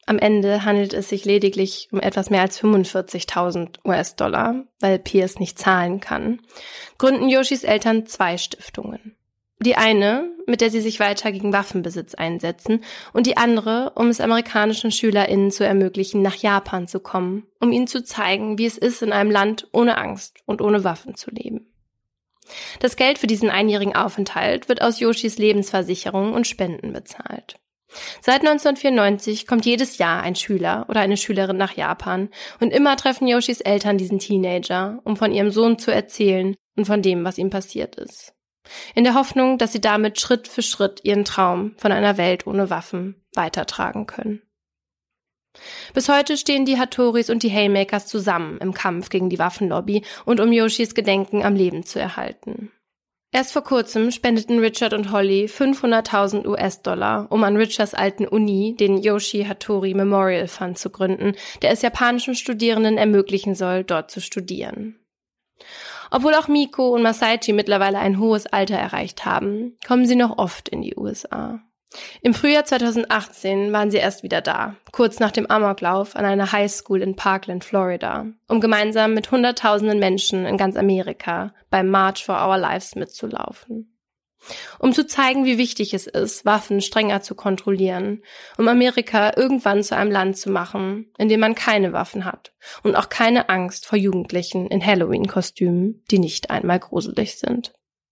Am Ende handelt es sich lediglich um etwas mehr als fünfundvierzigtausend U S-Dollar, weil Pierce nicht zahlen kann, gründen Yoshis Eltern zwei Stiftungen. Die eine, mit der sie sich weiter gegen Waffenbesitz einsetzen, und die andere, um es amerikanischen SchülerInnen zu ermöglichen, nach Japan zu kommen, um ihnen zu zeigen, wie es ist, in einem Land ohne Angst und ohne Waffen zu leben. Das Geld für diesen einjährigen Aufenthalt wird aus Yoshis Lebensversicherung und Spenden bezahlt. Seit neunzehnhundertvierundneunzig kommt jedes Jahr ein Schüler oder eine Schülerin nach Japan und immer treffen Yoshis Eltern diesen Teenager, um von ihrem Sohn zu erzählen und von dem, was ihm passiert ist. In der Hoffnung, dass sie damit Schritt für Schritt ihren Traum von einer Welt ohne Waffen weitertragen können. Bis heute stehen die Hattoris und die Haymakers zusammen im Kampf gegen die Waffenlobby und um Yoshis Gedenken am Leben zu erhalten. Erst vor kurzem spendeten Richard und Holly fünfhunderttausend U S-Dollar, um an Richards alten Uni den Yoshi Hattori Memorial Fund zu gründen, der es japanischen Studierenden ermöglichen soll, dort zu studieren. Obwohl auch Miko und Masaichi mittlerweile ein hohes Alter erreicht haben, kommen sie noch oft in die U S A. Im Frühjahr zweitausendachtzehn waren sie erst wieder da, kurz nach dem Amoklauf an einer Highschool in Parkland, Florida, um gemeinsam mit Hunderttausenden Menschen in ganz Amerika beim March for Our Lives mitzulaufen. Um zu zeigen, wie wichtig es ist, Waffen strenger zu kontrollieren, um Amerika irgendwann zu einem Land zu machen, in dem man keine Waffen hat und auch keine Angst vor Jugendlichen in Halloween-Kostümen, die nicht einmal gruselig sind.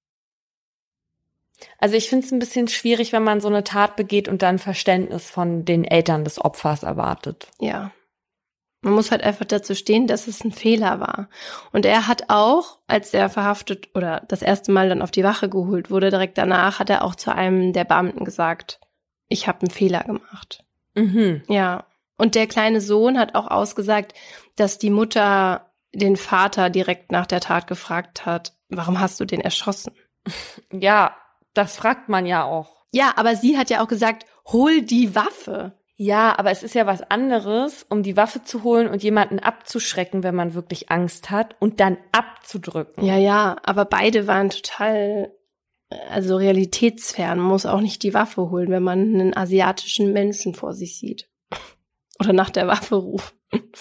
Also ich finde es ein bisschen schwierig, wenn man so eine Tat begeht und dann Verständnis von den Eltern des Opfers erwartet. Ja. Man muss halt einfach dazu stehen, dass es ein Fehler war. Und er hat auch, als er verhaftet oder das erste Mal dann auf die Wache geholt wurde, direkt danach hat er auch zu einem der Beamten gesagt, ich habe einen Fehler gemacht. Mhm. Ja. Und der kleine Sohn hat auch ausgesagt, dass die Mutter den Vater direkt nach der Tat gefragt hat, warum hast du den erschossen? Ja, das fragt man ja auch. Ja, aber sie hat ja auch gesagt, hol die Waffe. Ja, aber es ist ja was anderes, um die Waffe zu holen und jemanden abzuschrecken, wenn man wirklich Angst hat, und dann abzudrücken. Ja, ja, aber beide waren total, also realitätsfern. Man muss auch nicht die Waffe holen, wenn man einen asiatischen Menschen vor sich sieht. Oder nach der Waffe ruft.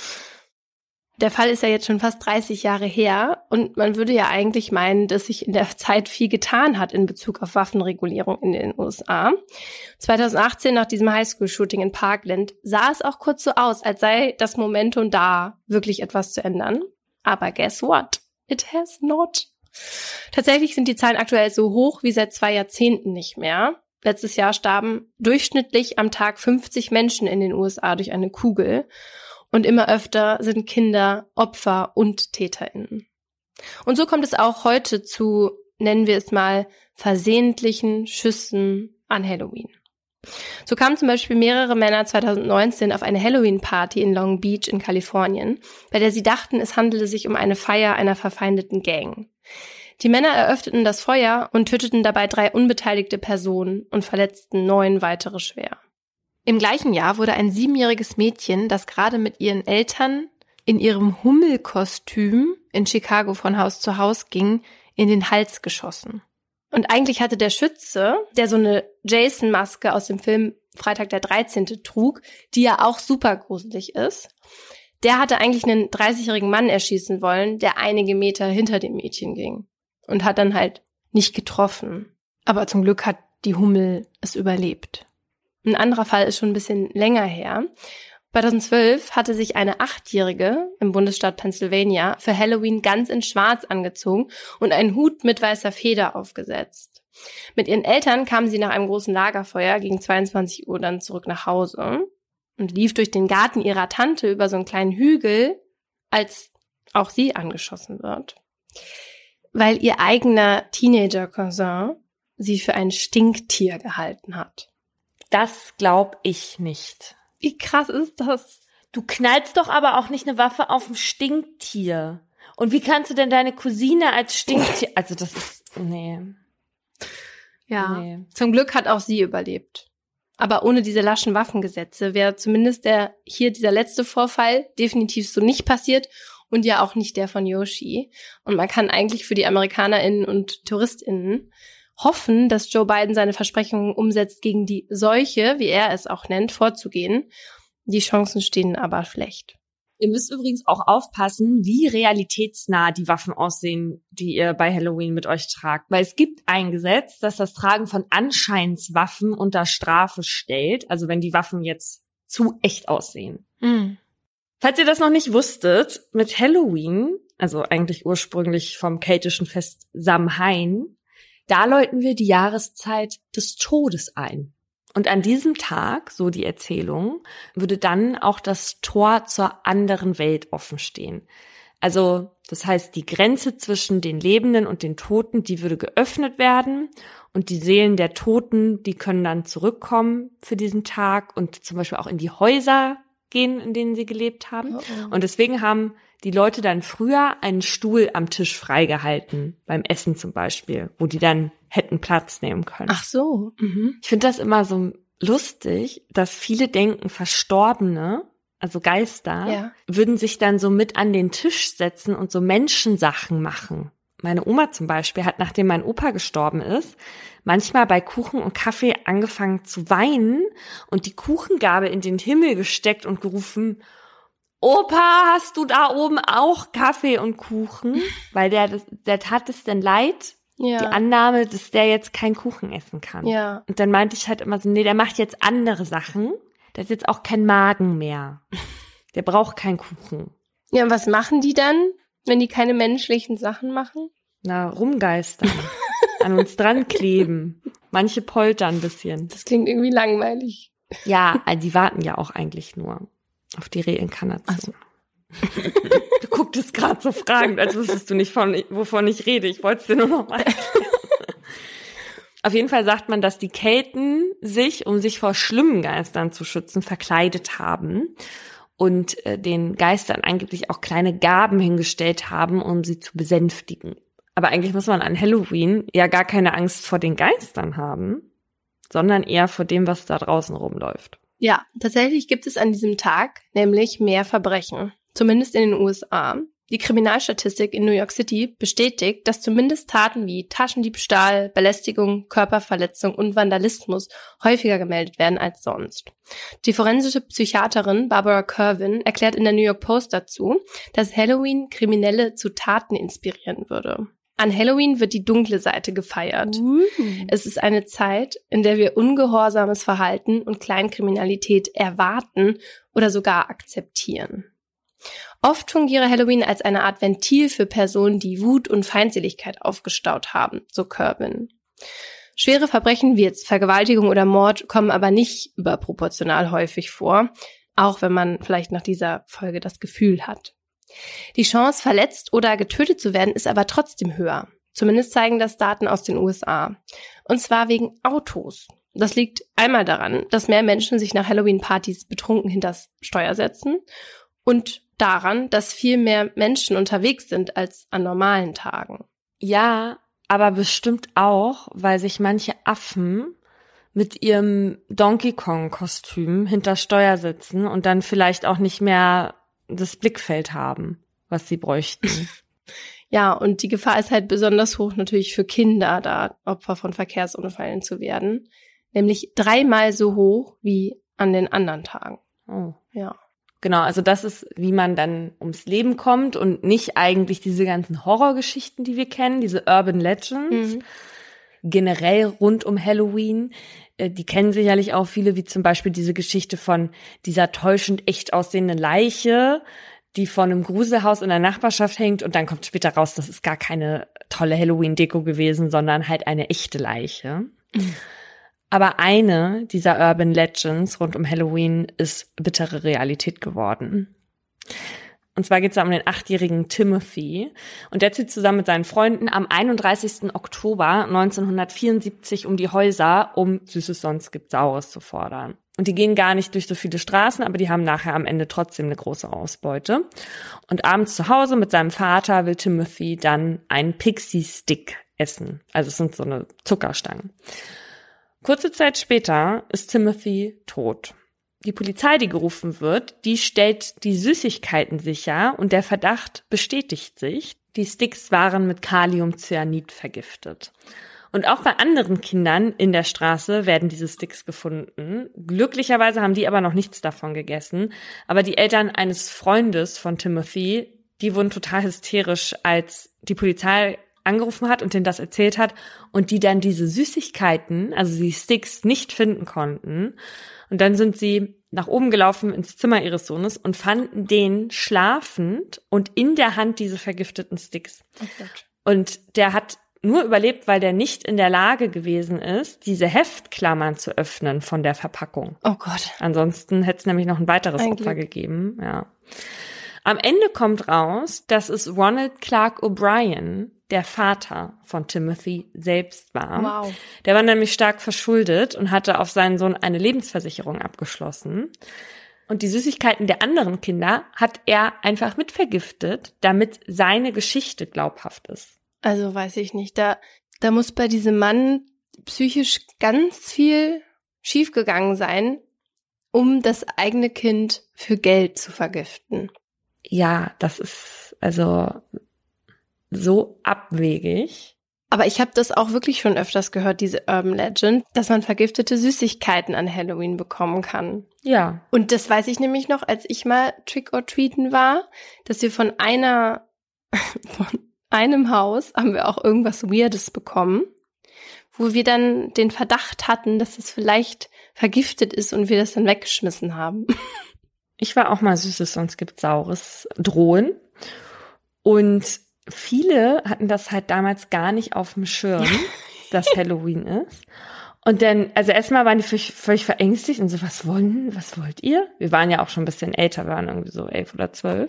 Der Fall ist ja jetzt schon fast dreißig Jahre her und man würde ja eigentlich meinen, dass sich in der Zeit viel getan hat in Bezug auf Waffenregulierung in den U S A. zweitausendachtzehn, nach diesem Highschool-Shooting in Parkland, sah es auch kurz so aus, als sei das Momentum da, wirklich etwas zu ändern. Aber guess what? It has not. Tatsächlich sind die Zahlen aktuell so hoch wie seit zwei Jahrzehnten nicht mehr. Letztes Jahr starben durchschnittlich am Tag fünfzig Menschen in den U S A durch eine Kugel. Und immer öfter sind Kinder Opfer und TäterInnen. Und so kommt es auch heute zu, nennen wir es mal, versehentlichen Schüssen an Halloween. So kamen zum Beispiel mehrere Männer zweitausendneunzehn auf eine Halloween-Party in Long Beach in Kalifornien, bei der sie dachten, es handele sich um eine Feier einer verfeindeten Gang. Die Männer eröffneten das Feuer und töteten dabei drei unbeteiligte Personen und verletzten neun weitere schwer. Im gleichen Jahr wurde ein siebenjähriges Mädchen, das gerade mit ihren Eltern in ihrem Hummelkostüm in Chicago von Haus zu Haus ging, in den Hals geschossen. Und eigentlich hatte der Schütze, der so eine Jason-Maske aus dem Film Freitag der dreizehnte trug, die ja auch super gruselig ist, der hatte eigentlich einen dreißigjährigen Mann erschießen wollen, der einige Meter hinter dem Mädchen ging. Und hat dann halt nicht getroffen. Aber zum Glück hat die Hummel es überlebt. Ein anderer Fall ist schon ein bisschen länger her. zweitausendzwölf hatte sich eine Achtjährige im Bundesstaat Pennsylvania für Halloween ganz in Schwarz angezogen und einen Hut mit weißer Feder aufgesetzt. Mit ihren Eltern kam sie nach einem großen Lagerfeuer gegen zweiundzwanzig Uhr dann zurück nach Hause und lief durch den Garten ihrer Tante über so einen kleinen Hügel, als auch sie angeschossen wird. Weil ihr eigener Teenager-Cousin sie für ein Stinktier gehalten hat. Das glaub ich nicht. Wie krass ist das? Du knallst doch aber auch nicht eine Waffe auf ein Stinktier. Und wie kannst du denn deine Cousine als Stinktier... Also das ist... Nee. Ja, nee. Zum Glück hat auch sie überlebt. Aber ohne diese laschen Waffengesetze wäre zumindest der hier dieser letzte Vorfall definitiv so nicht passiert und ja auch nicht der von Yoshi. Und man kann eigentlich für die AmerikanerInnen und TouristInnen hoffen, dass Joe Biden seine Versprechungen umsetzt, gegen die Seuche, wie er es auch nennt, vorzugehen. Die Chancen stehen aber schlecht. Ihr müsst übrigens auch aufpassen, wie realitätsnah die Waffen aussehen, die ihr bei Halloween mit euch tragt. Weil es gibt ein Gesetz, das das Tragen von Anscheinswaffen unter Strafe stellt. Also wenn die Waffen jetzt zu echt aussehen. Mhm. Falls ihr das noch nicht wusstet, mit Halloween, also eigentlich ursprünglich vom keltischen Fest Samhain, da läuten wir die Jahreszeit des Todes ein. Und an diesem Tag, so die Erzählung, würde dann auch das Tor zur anderen Welt offen stehen. Also das heißt, die Grenze zwischen den Lebenden und den Toten, die würde geöffnet werden und die Seelen der Toten, die können dann zurückkommen für diesen Tag und zum Beispiel auch in die Häuser gehen, in denen sie gelebt haben. Oh oh. Und deswegen haben die Leute dann früher einen Stuhl am Tisch freigehalten, beim Essen zum Beispiel, wo die dann hätten Platz nehmen können. Ach so. Mhm. Ich finde das immer so lustig, dass viele denken, Verstorbene, also Geister, ja. würden sich dann so mit an den Tisch setzen und so Menschensachen machen. Meine Oma zum Beispiel hat, nachdem mein Opa gestorben ist, manchmal bei Kuchen und Kaffee angefangen zu weinen und die Kuchengabel in den Himmel gesteckt und gerufen, Opa, hast du da oben auch Kaffee und Kuchen? Weil der, der tat es denn leid, ja. die Annahme, dass der jetzt keinen Kuchen essen kann. Ja. Und dann meinte ich halt immer so, nee, der macht jetzt andere Sachen. Der hat jetzt auch keinen Magen mehr. Der braucht keinen Kuchen. Ja, und was machen die dann, wenn die keine menschlichen Sachen machen? Na, rumgeistern. An uns dran kleben. Manche poltern ein bisschen. Das klingt irgendwie langweilig. Ja, die warten ja auch eigentlich nur auf die Reinkarnation. Ach so. Du gucktest gerade so fragend, als wüsstest du nicht, von, wovon ich rede. Ich wollte es dir nur noch mal erklären. Auf jeden Fall sagt man, dass die Kelten sich, um sich vor schlimmen Geistern zu schützen, verkleidet haben und äh, den Geistern angeblich auch kleine Gaben hingestellt haben, um sie zu besänftigen. Aber eigentlich muss man an Halloween ja gar keine Angst vor den Geistern haben, sondern eher vor dem, was da draußen rumläuft. Ja, tatsächlich gibt es an diesem Tag nämlich mehr Verbrechen, zumindest in den U S A. Die Kriminalstatistik in New York City bestätigt, dass zumindest Taten wie Taschendiebstahl, Belästigung, Körperverletzung und Vandalismus häufiger gemeldet werden als sonst. Die forensische Psychiaterin Barbara Kervin erklärt in der New York Post dazu, dass Halloween Kriminelle zu Taten inspirieren würde. An Halloween wird die dunkle Seite gefeiert. Uh. Es ist eine Zeit, in der wir ungehorsames Verhalten und Kleinkriminalität erwarten oder sogar akzeptieren. Oft fungiere Halloween als eine Art Ventil für Personen, die Wut und Feindseligkeit aufgestaut haben, so Kervin. Schwere Verbrechen wie jetzt Vergewaltigung oder Mord kommen aber nicht überproportional häufig vor, auch wenn man vielleicht nach dieser Folge das Gefühl hat. Die Chance, verletzt oder getötet zu werden, ist aber trotzdem höher. Zumindest zeigen das Daten aus den U S A. Und zwar wegen Autos. Das liegt einmal daran, dass mehr Menschen sich nach Halloween-Partys betrunken hinters Steuer setzen und daran, dass viel mehr Menschen unterwegs sind als an normalen Tagen. Ja, aber bestimmt auch, weil sich manche Affen mit ihrem Donkey Kong-Kostüm hinter Steuer sitzen und dann vielleicht auch nicht mehr das Blickfeld haben, was sie bräuchten. Ja, und die Gefahr ist halt besonders hoch natürlich für Kinder, da Opfer von Verkehrsunfällen zu werden. Nämlich dreimal so hoch wie an den anderen Tagen. Oh. Ja. Genau, also das ist, wie man dann ums Leben kommt und nicht eigentlich diese ganzen Horrorgeschichten, die wir kennen, diese Urban Legends, mhm. generell rund um Halloween. Die kennen sicherlich auch viele, wie zum Beispiel diese Geschichte von dieser täuschend echt aussehenden Leiche, die vor einem Gruselhaus in der Nachbarschaft hängt und dann kommt später raus, das ist gar keine tolle Halloween-Deko gewesen, sondern halt eine echte Leiche. Mhm. Aber eine dieser Urban Legends rund um Halloween ist bittere Realität geworden. Und zwar geht es da um den achtjährigen Timothy. Und der zieht zusammen mit seinen Freunden am einunddreißigsten Oktober neunzehnhundertvierundsiebzig um die Häuser, um Süßes sonst gibt's Saures zu fordern. Und die gehen gar nicht durch so viele Straßen, aber die haben nachher am Ende trotzdem eine große Ausbeute. Und abends zu Hause mit seinem Vater will Timothy dann einen Pixie-Stick essen. Also es sind so eine Zuckerstangen. Kurze Zeit später ist Timothy tot. Die Polizei, die gerufen wird, die stellt die Süßigkeiten sicher und der Verdacht bestätigt sich. Die Sticks waren mit Kaliumcyanid vergiftet. Und auch bei anderen Kindern in der Straße werden diese Sticks gefunden. Glücklicherweise haben die aber noch nichts davon gegessen. Aber die Eltern eines Freundes von Timothy, die wurden total hysterisch, als die Polizei angerufen hat und denen das erzählt hat und die dann diese Süßigkeiten, also die Sticks, nicht finden konnten. Und dann sind sie nach oben gelaufen ins Zimmer ihres Sohnes und fanden den schlafend und in der Hand diese vergifteten Sticks. Oh Gott. Und der hat nur überlebt, weil der nicht in der Lage gewesen ist, diese Heftklammern zu öffnen von der Verpackung. Oh Gott. Ansonsten hätte es nämlich noch ein weiteres Ein Opfer Glück. gegeben. Ja. Am Ende kommt raus, dass es Ronald Clark O'Brien, der Vater von Timothy, selbst war. Wow. Der war nämlich stark verschuldet und hatte auf seinen Sohn eine Lebensversicherung abgeschlossen. Und die Süßigkeiten der anderen Kinder hat er einfach mit vergiftet, damit seine Geschichte glaubhaft ist. Also weiß ich nicht. Da, da muss bei diesem Mann psychisch ganz viel schiefgegangen sein, um das eigene Kind für Geld zu vergiften. Ja, das ist also so abwegig. Aber ich habe das auch wirklich schon öfters gehört, diese Urban Legend, dass man vergiftete Süßigkeiten an Halloween bekommen kann. Ja. Und das weiß ich nämlich noch, als ich mal Trick-or-Treaten war, dass wir von einer, von einem Haus haben wir auch irgendwas Weirdes bekommen, wo wir dann den Verdacht hatten, dass es vielleicht vergiftet ist und wir das dann weggeschmissen haben. Ich war auch mal Süßes, sonst gibt's Saures drohen. Und viele hatten das halt damals gar nicht auf dem Schirm, dass Halloween ist. Und dann, also erstmal waren die völlig, völlig verängstigt und so, was wollen, was wollt ihr? Wir waren ja auch schon ein bisschen älter, wir waren irgendwie so elf oder zwölf.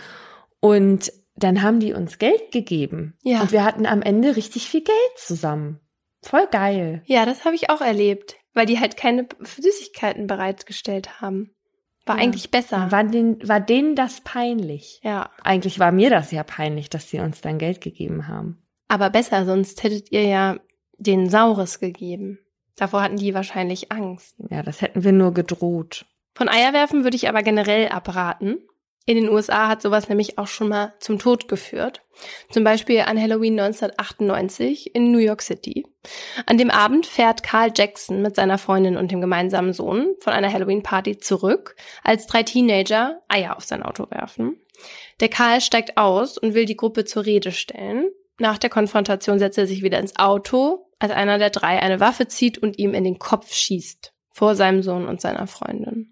Und dann haben die uns Geld gegeben. Ja. Und wir hatten am Ende richtig viel Geld zusammen. Voll geil. Ja, das habe ich auch erlebt, weil die halt keine Süßigkeiten bereitgestellt haben. War Ja. eigentlich besser. War denen, war denen das peinlich? Ja, Eigentlich war mir das ja peinlich, dass sie uns dann Geld gegeben haben. aber besser, sonst hättet ihr ja denen Saures gegeben. Davor hatten die wahrscheinlich Angst. Ja, das hätten wir nur gedroht. Von Eierwerfen würde ich aber generell abraten. In den U S A hat sowas nämlich auch schon mal zum Tod geführt. Zum Beispiel an Halloween neunzehnhundertachtundneunzig in New York City. An dem Abend fährt Carl Jackson mit seiner Freundin und dem gemeinsamen Sohn von einer Halloween-Party zurück, als drei Teenager Eier auf sein Auto werfen. Der Carl steigt aus und will die Gruppe zur Rede stellen. Nach der Konfrontation setzt er sich wieder ins Auto, als einer der drei eine Waffe zieht und ihm in den Kopf schießt, vor seinem Sohn und seiner Freundin.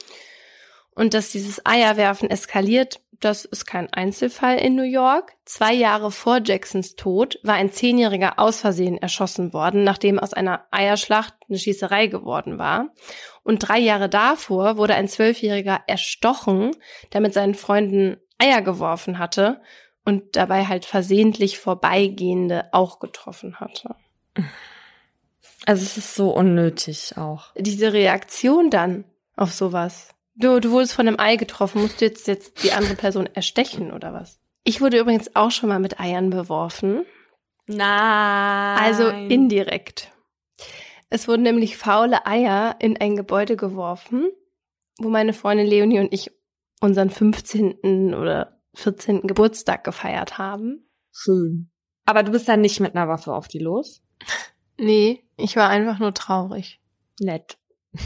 Und dass dieses Eierwerfen eskaliert, das ist kein Einzelfall in New York. Zwei Jahre vor Jacksons Tod war ein Zehnjähriger aus Versehen erschossen worden, nachdem aus einer Eierschlacht eine Schießerei geworden war. Und drei Jahre davor wurde ein Zwölfjähriger erstochen, der mit seinen Freunden Eier geworfen hatte und dabei halt versehentlich Vorbeigehende auch getroffen hatte. Also es ist so unnötig auch. Diese Reaktion dann auf sowas. Du, du wurdest von einem Ei getroffen, musst du jetzt, jetzt die andere Person erstechen oder was? Ich wurde übrigens auch schon mal mit Eiern beworfen. Nein. Also indirekt. Es wurden nämlich faule Eier in ein Gebäude geworfen, wo meine Freundin Leonie und ich unseren fünfzehnten oder vierzehnten Geburtstag gefeiert haben. Schön. Aber du bist dann nicht mit einer Waffe auf die los? Nee, ich war einfach nur traurig. Nett.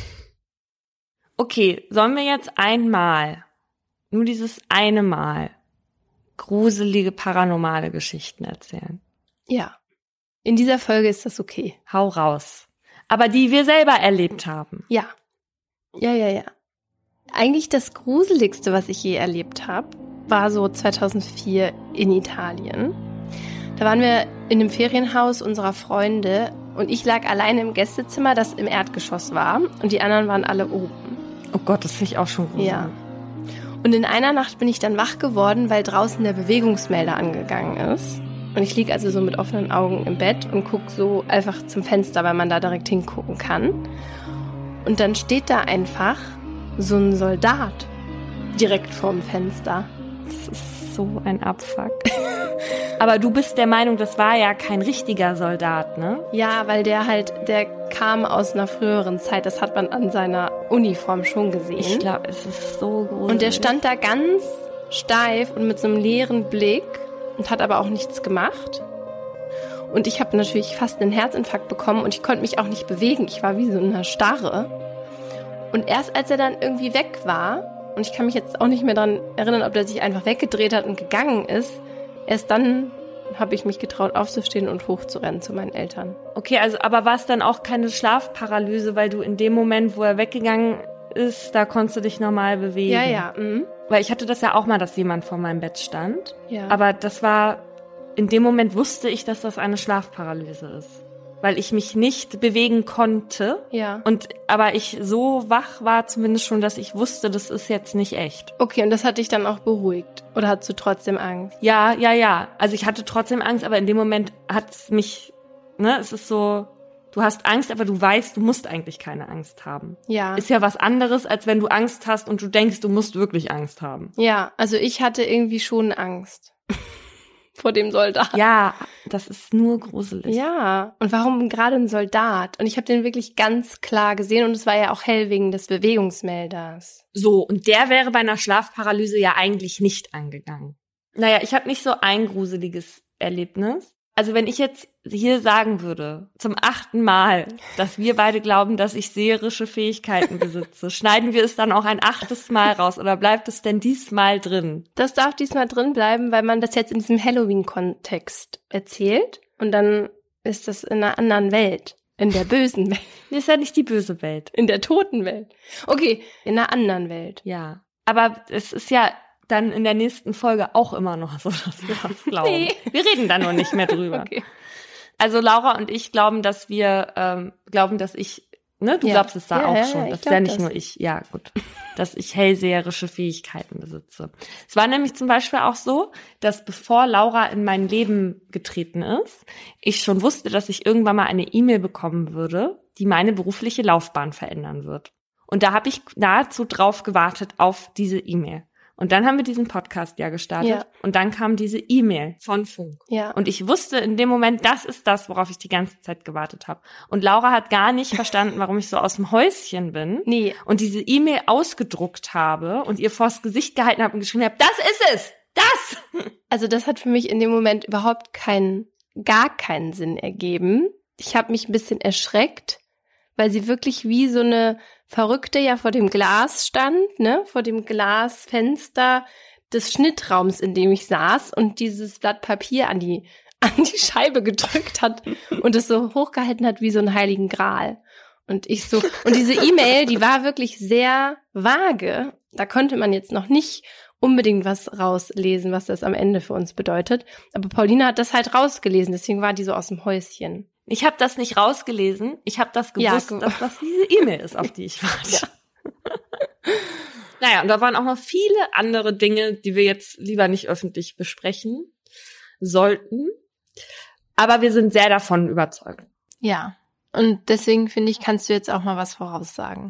Okay, sollen wir jetzt einmal, nur dieses eine Mal, gruselige paranormale Geschichten erzählen? Ja. In dieser Folge ist das okay. Hau raus. Aber die wir selber erlebt haben. Ja. Ja, ja, ja. Eigentlich das Gruseligste, was ich je erlebt habe, war so zweitausendvier in Italien. Da waren wir in einem Ferienhaus unserer Freunde und ich lag alleine im Gästezimmer, das im Erdgeschoss war, und die anderen waren alle oben. Oh Gott, das finde ich auch schon gruselig. Ja. Und in einer Nacht bin ich dann wach geworden, weil draußen der Bewegungsmelder angegangen ist. Und ich lieg also so mit offenen Augen im Bett und guck so einfach zum Fenster, weil man da direkt hingucken kann. Und dann steht da einfach so ein Soldat direkt vorm Fenster. Das ist so ein Abfuck. Aber du bist der Meinung, das war ja kein richtiger Soldat, ne? Ja, weil der halt, der kam aus einer früheren Zeit. Das hat man an seiner Uniform schon gesehen. Ich glaube, es ist so gruselig. Und der stand da ganz steif und mit so einem leeren Blick und hat aber auch nichts gemacht. Und ich habe natürlich fast einen Herzinfarkt bekommen und ich konnte mich auch nicht bewegen. Ich war wie so eine Starre. Und erst als er dann irgendwie weg war, und ich kann mich jetzt auch nicht mehr daran erinnern, ob er sich einfach weggedreht hat und gegangen ist, erst dann habe ich mich getraut, aufzustehen und hochzurennen zu meinen Eltern. Okay, also aber war es dann auch keine Schlafparalyse, weil du in dem Moment, wo er weggegangen ist, da konntest du dich normal bewegen? Ja, ja. Mhm. Weil ich hatte das ja auch mal, dass jemand vor meinem Bett stand. Ja. Aber das war, in dem Moment wusste ich, dass das eine Schlafparalyse ist. Weil ich mich nicht bewegen konnte. Ja. Und aber ich so wach war zumindest schon, dass ich wusste, das ist jetzt nicht echt. Okay, und das hat dich dann auch beruhigt? Oder hattest du trotzdem Angst? Ja, ja, ja. Also ich hatte trotzdem Angst, aber in dem Moment hat es mich, ne, es ist so, du hast Angst, aber du weißt, du musst eigentlich keine Angst haben. Ja. Ist ja was anderes, als wenn du Angst hast und du denkst, du musst wirklich Angst haben. Ja, also ich hatte irgendwie schon Angst. Vor dem Soldat. Ja, das ist nur gruselig. Ja, und warum gerade ein Soldat? Und ich habe den wirklich ganz klar gesehen und es war ja auch hell wegen des Bewegungsmelders. So, und der wäre bei einer Schlafparalyse ja eigentlich nicht angegangen. Naja, ich habe nicht so ein gruseliges Erlebnis. Also wenn ich jetzt hier sagen würde, zum achten Mal, dass wir beide glauben, dass ich seherische Fähigkeiten besitze, schneiden wir es dann auch ein achtes Mal raus oder bleibt es denn diesmal drin? Das darf diesmal drin bleiben, weil man das jetzt in diesem Halloween-Kontext erzählt und dann ist das in einer anderen Welt, in der bösen Welt. Das ist ja nicht die böse Welt. In der toten Welt. Okay, in einer anderen Welt. Ja, aber es ist ja dann in der nächsten Folge auch immer noch so, dass wir das glauben. Nee. Wir reden da nur nicht mehr drüber. Okay. Also Laura und ich glauben, dass wir, ähm, glauben, dass ich, ne, du Ja. glaubst es da Ja, auch ja, schon. ja, ich Das ist glaub ja nicht das. nur ich. Ja, gut. Dass ich hellseherische Fähigkeiten besitze. Es war nämlich zum Beispiel auch so, dass bevor Laura in mein Leben getreten ist, ich schon wusste, dass ich irgendwann mal eine E-Mail bekommen würde, die meine berufliche Laufbahn verändern wird. Und da habe ich nahezu drauf gewartet auf diese E-Mail. Und dann haben wir diesen Podcast ja gestartet. Ja. Und dann kam diese E-Mail von Funk. Ja. Und ich wusste in dem Moment, das ist das, worauf ich die ganze Zeit gewartet habe. Und Laura hat gar nicht verstanden, warum ich so aus dem Häuschen bin. Nee. Und diese E-Mail ausgedruckt habe und ihr vors Gesicht gehalten habe und geschrieben habe, das ist es! Das! Also das hat für mich in dem Moment überhaupt keinen, gar keinen Sinn ergeben. Ich habe mich ein bisschen erschreckt, weil sie wirklich wie so eine Verrückte ja vor dem Glas stand, ne, vor dem Glasfenster des Schnittraums, in dem ich saß und dieses Blatt Papier an die an die Scheibe gedrückt hat und es so hochgehalten hat wie so einen heiligen Gral. Und ich so, und diese E-Mail, die war wirklich sehr vage. Da konnte man jetzt noch nicht unbedingt was rauslesen, was das am Ende für uns bedeutet. Aber Paulina hat das halt rausgelesen, deswegen war die so aus dem Häuschen. Ich habe das nicht rausgelesen. Ich habe das gewusst, Ja, ge- dass das diese E-Mail ist, auf die ich warte. Naja, und da waren auch noch viele andere Dinge, die wir jetzt lieber nicht öffentlich besprechen sollten. Aber wir sind sehr davon überzeugt. Ja. Und deswegen finde ich, kannst du jetzt auch mal was voraussagen.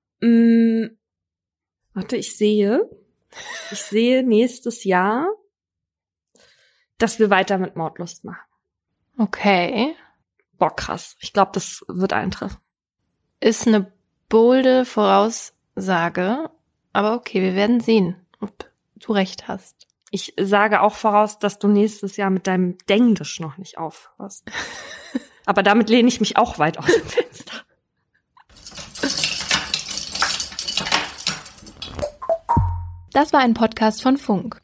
Mm, warte, ich sehe, ich sehe nächstes Jahr, dass wir weiter mit Mordlust machen. Okay. Boah, krass. Ich glaube, das wird eintreffen. Ist eine bolde Voraussage, aber okay, wir werden sehen, ob du recht hast. Ich sage auch voraus, dass du nächstes Jahr mit deinem Denglisch noch nicht aufhörst. Aber damit lehne ich mich auch weit aus dem Fenster. Das war ein Podcast von Funk.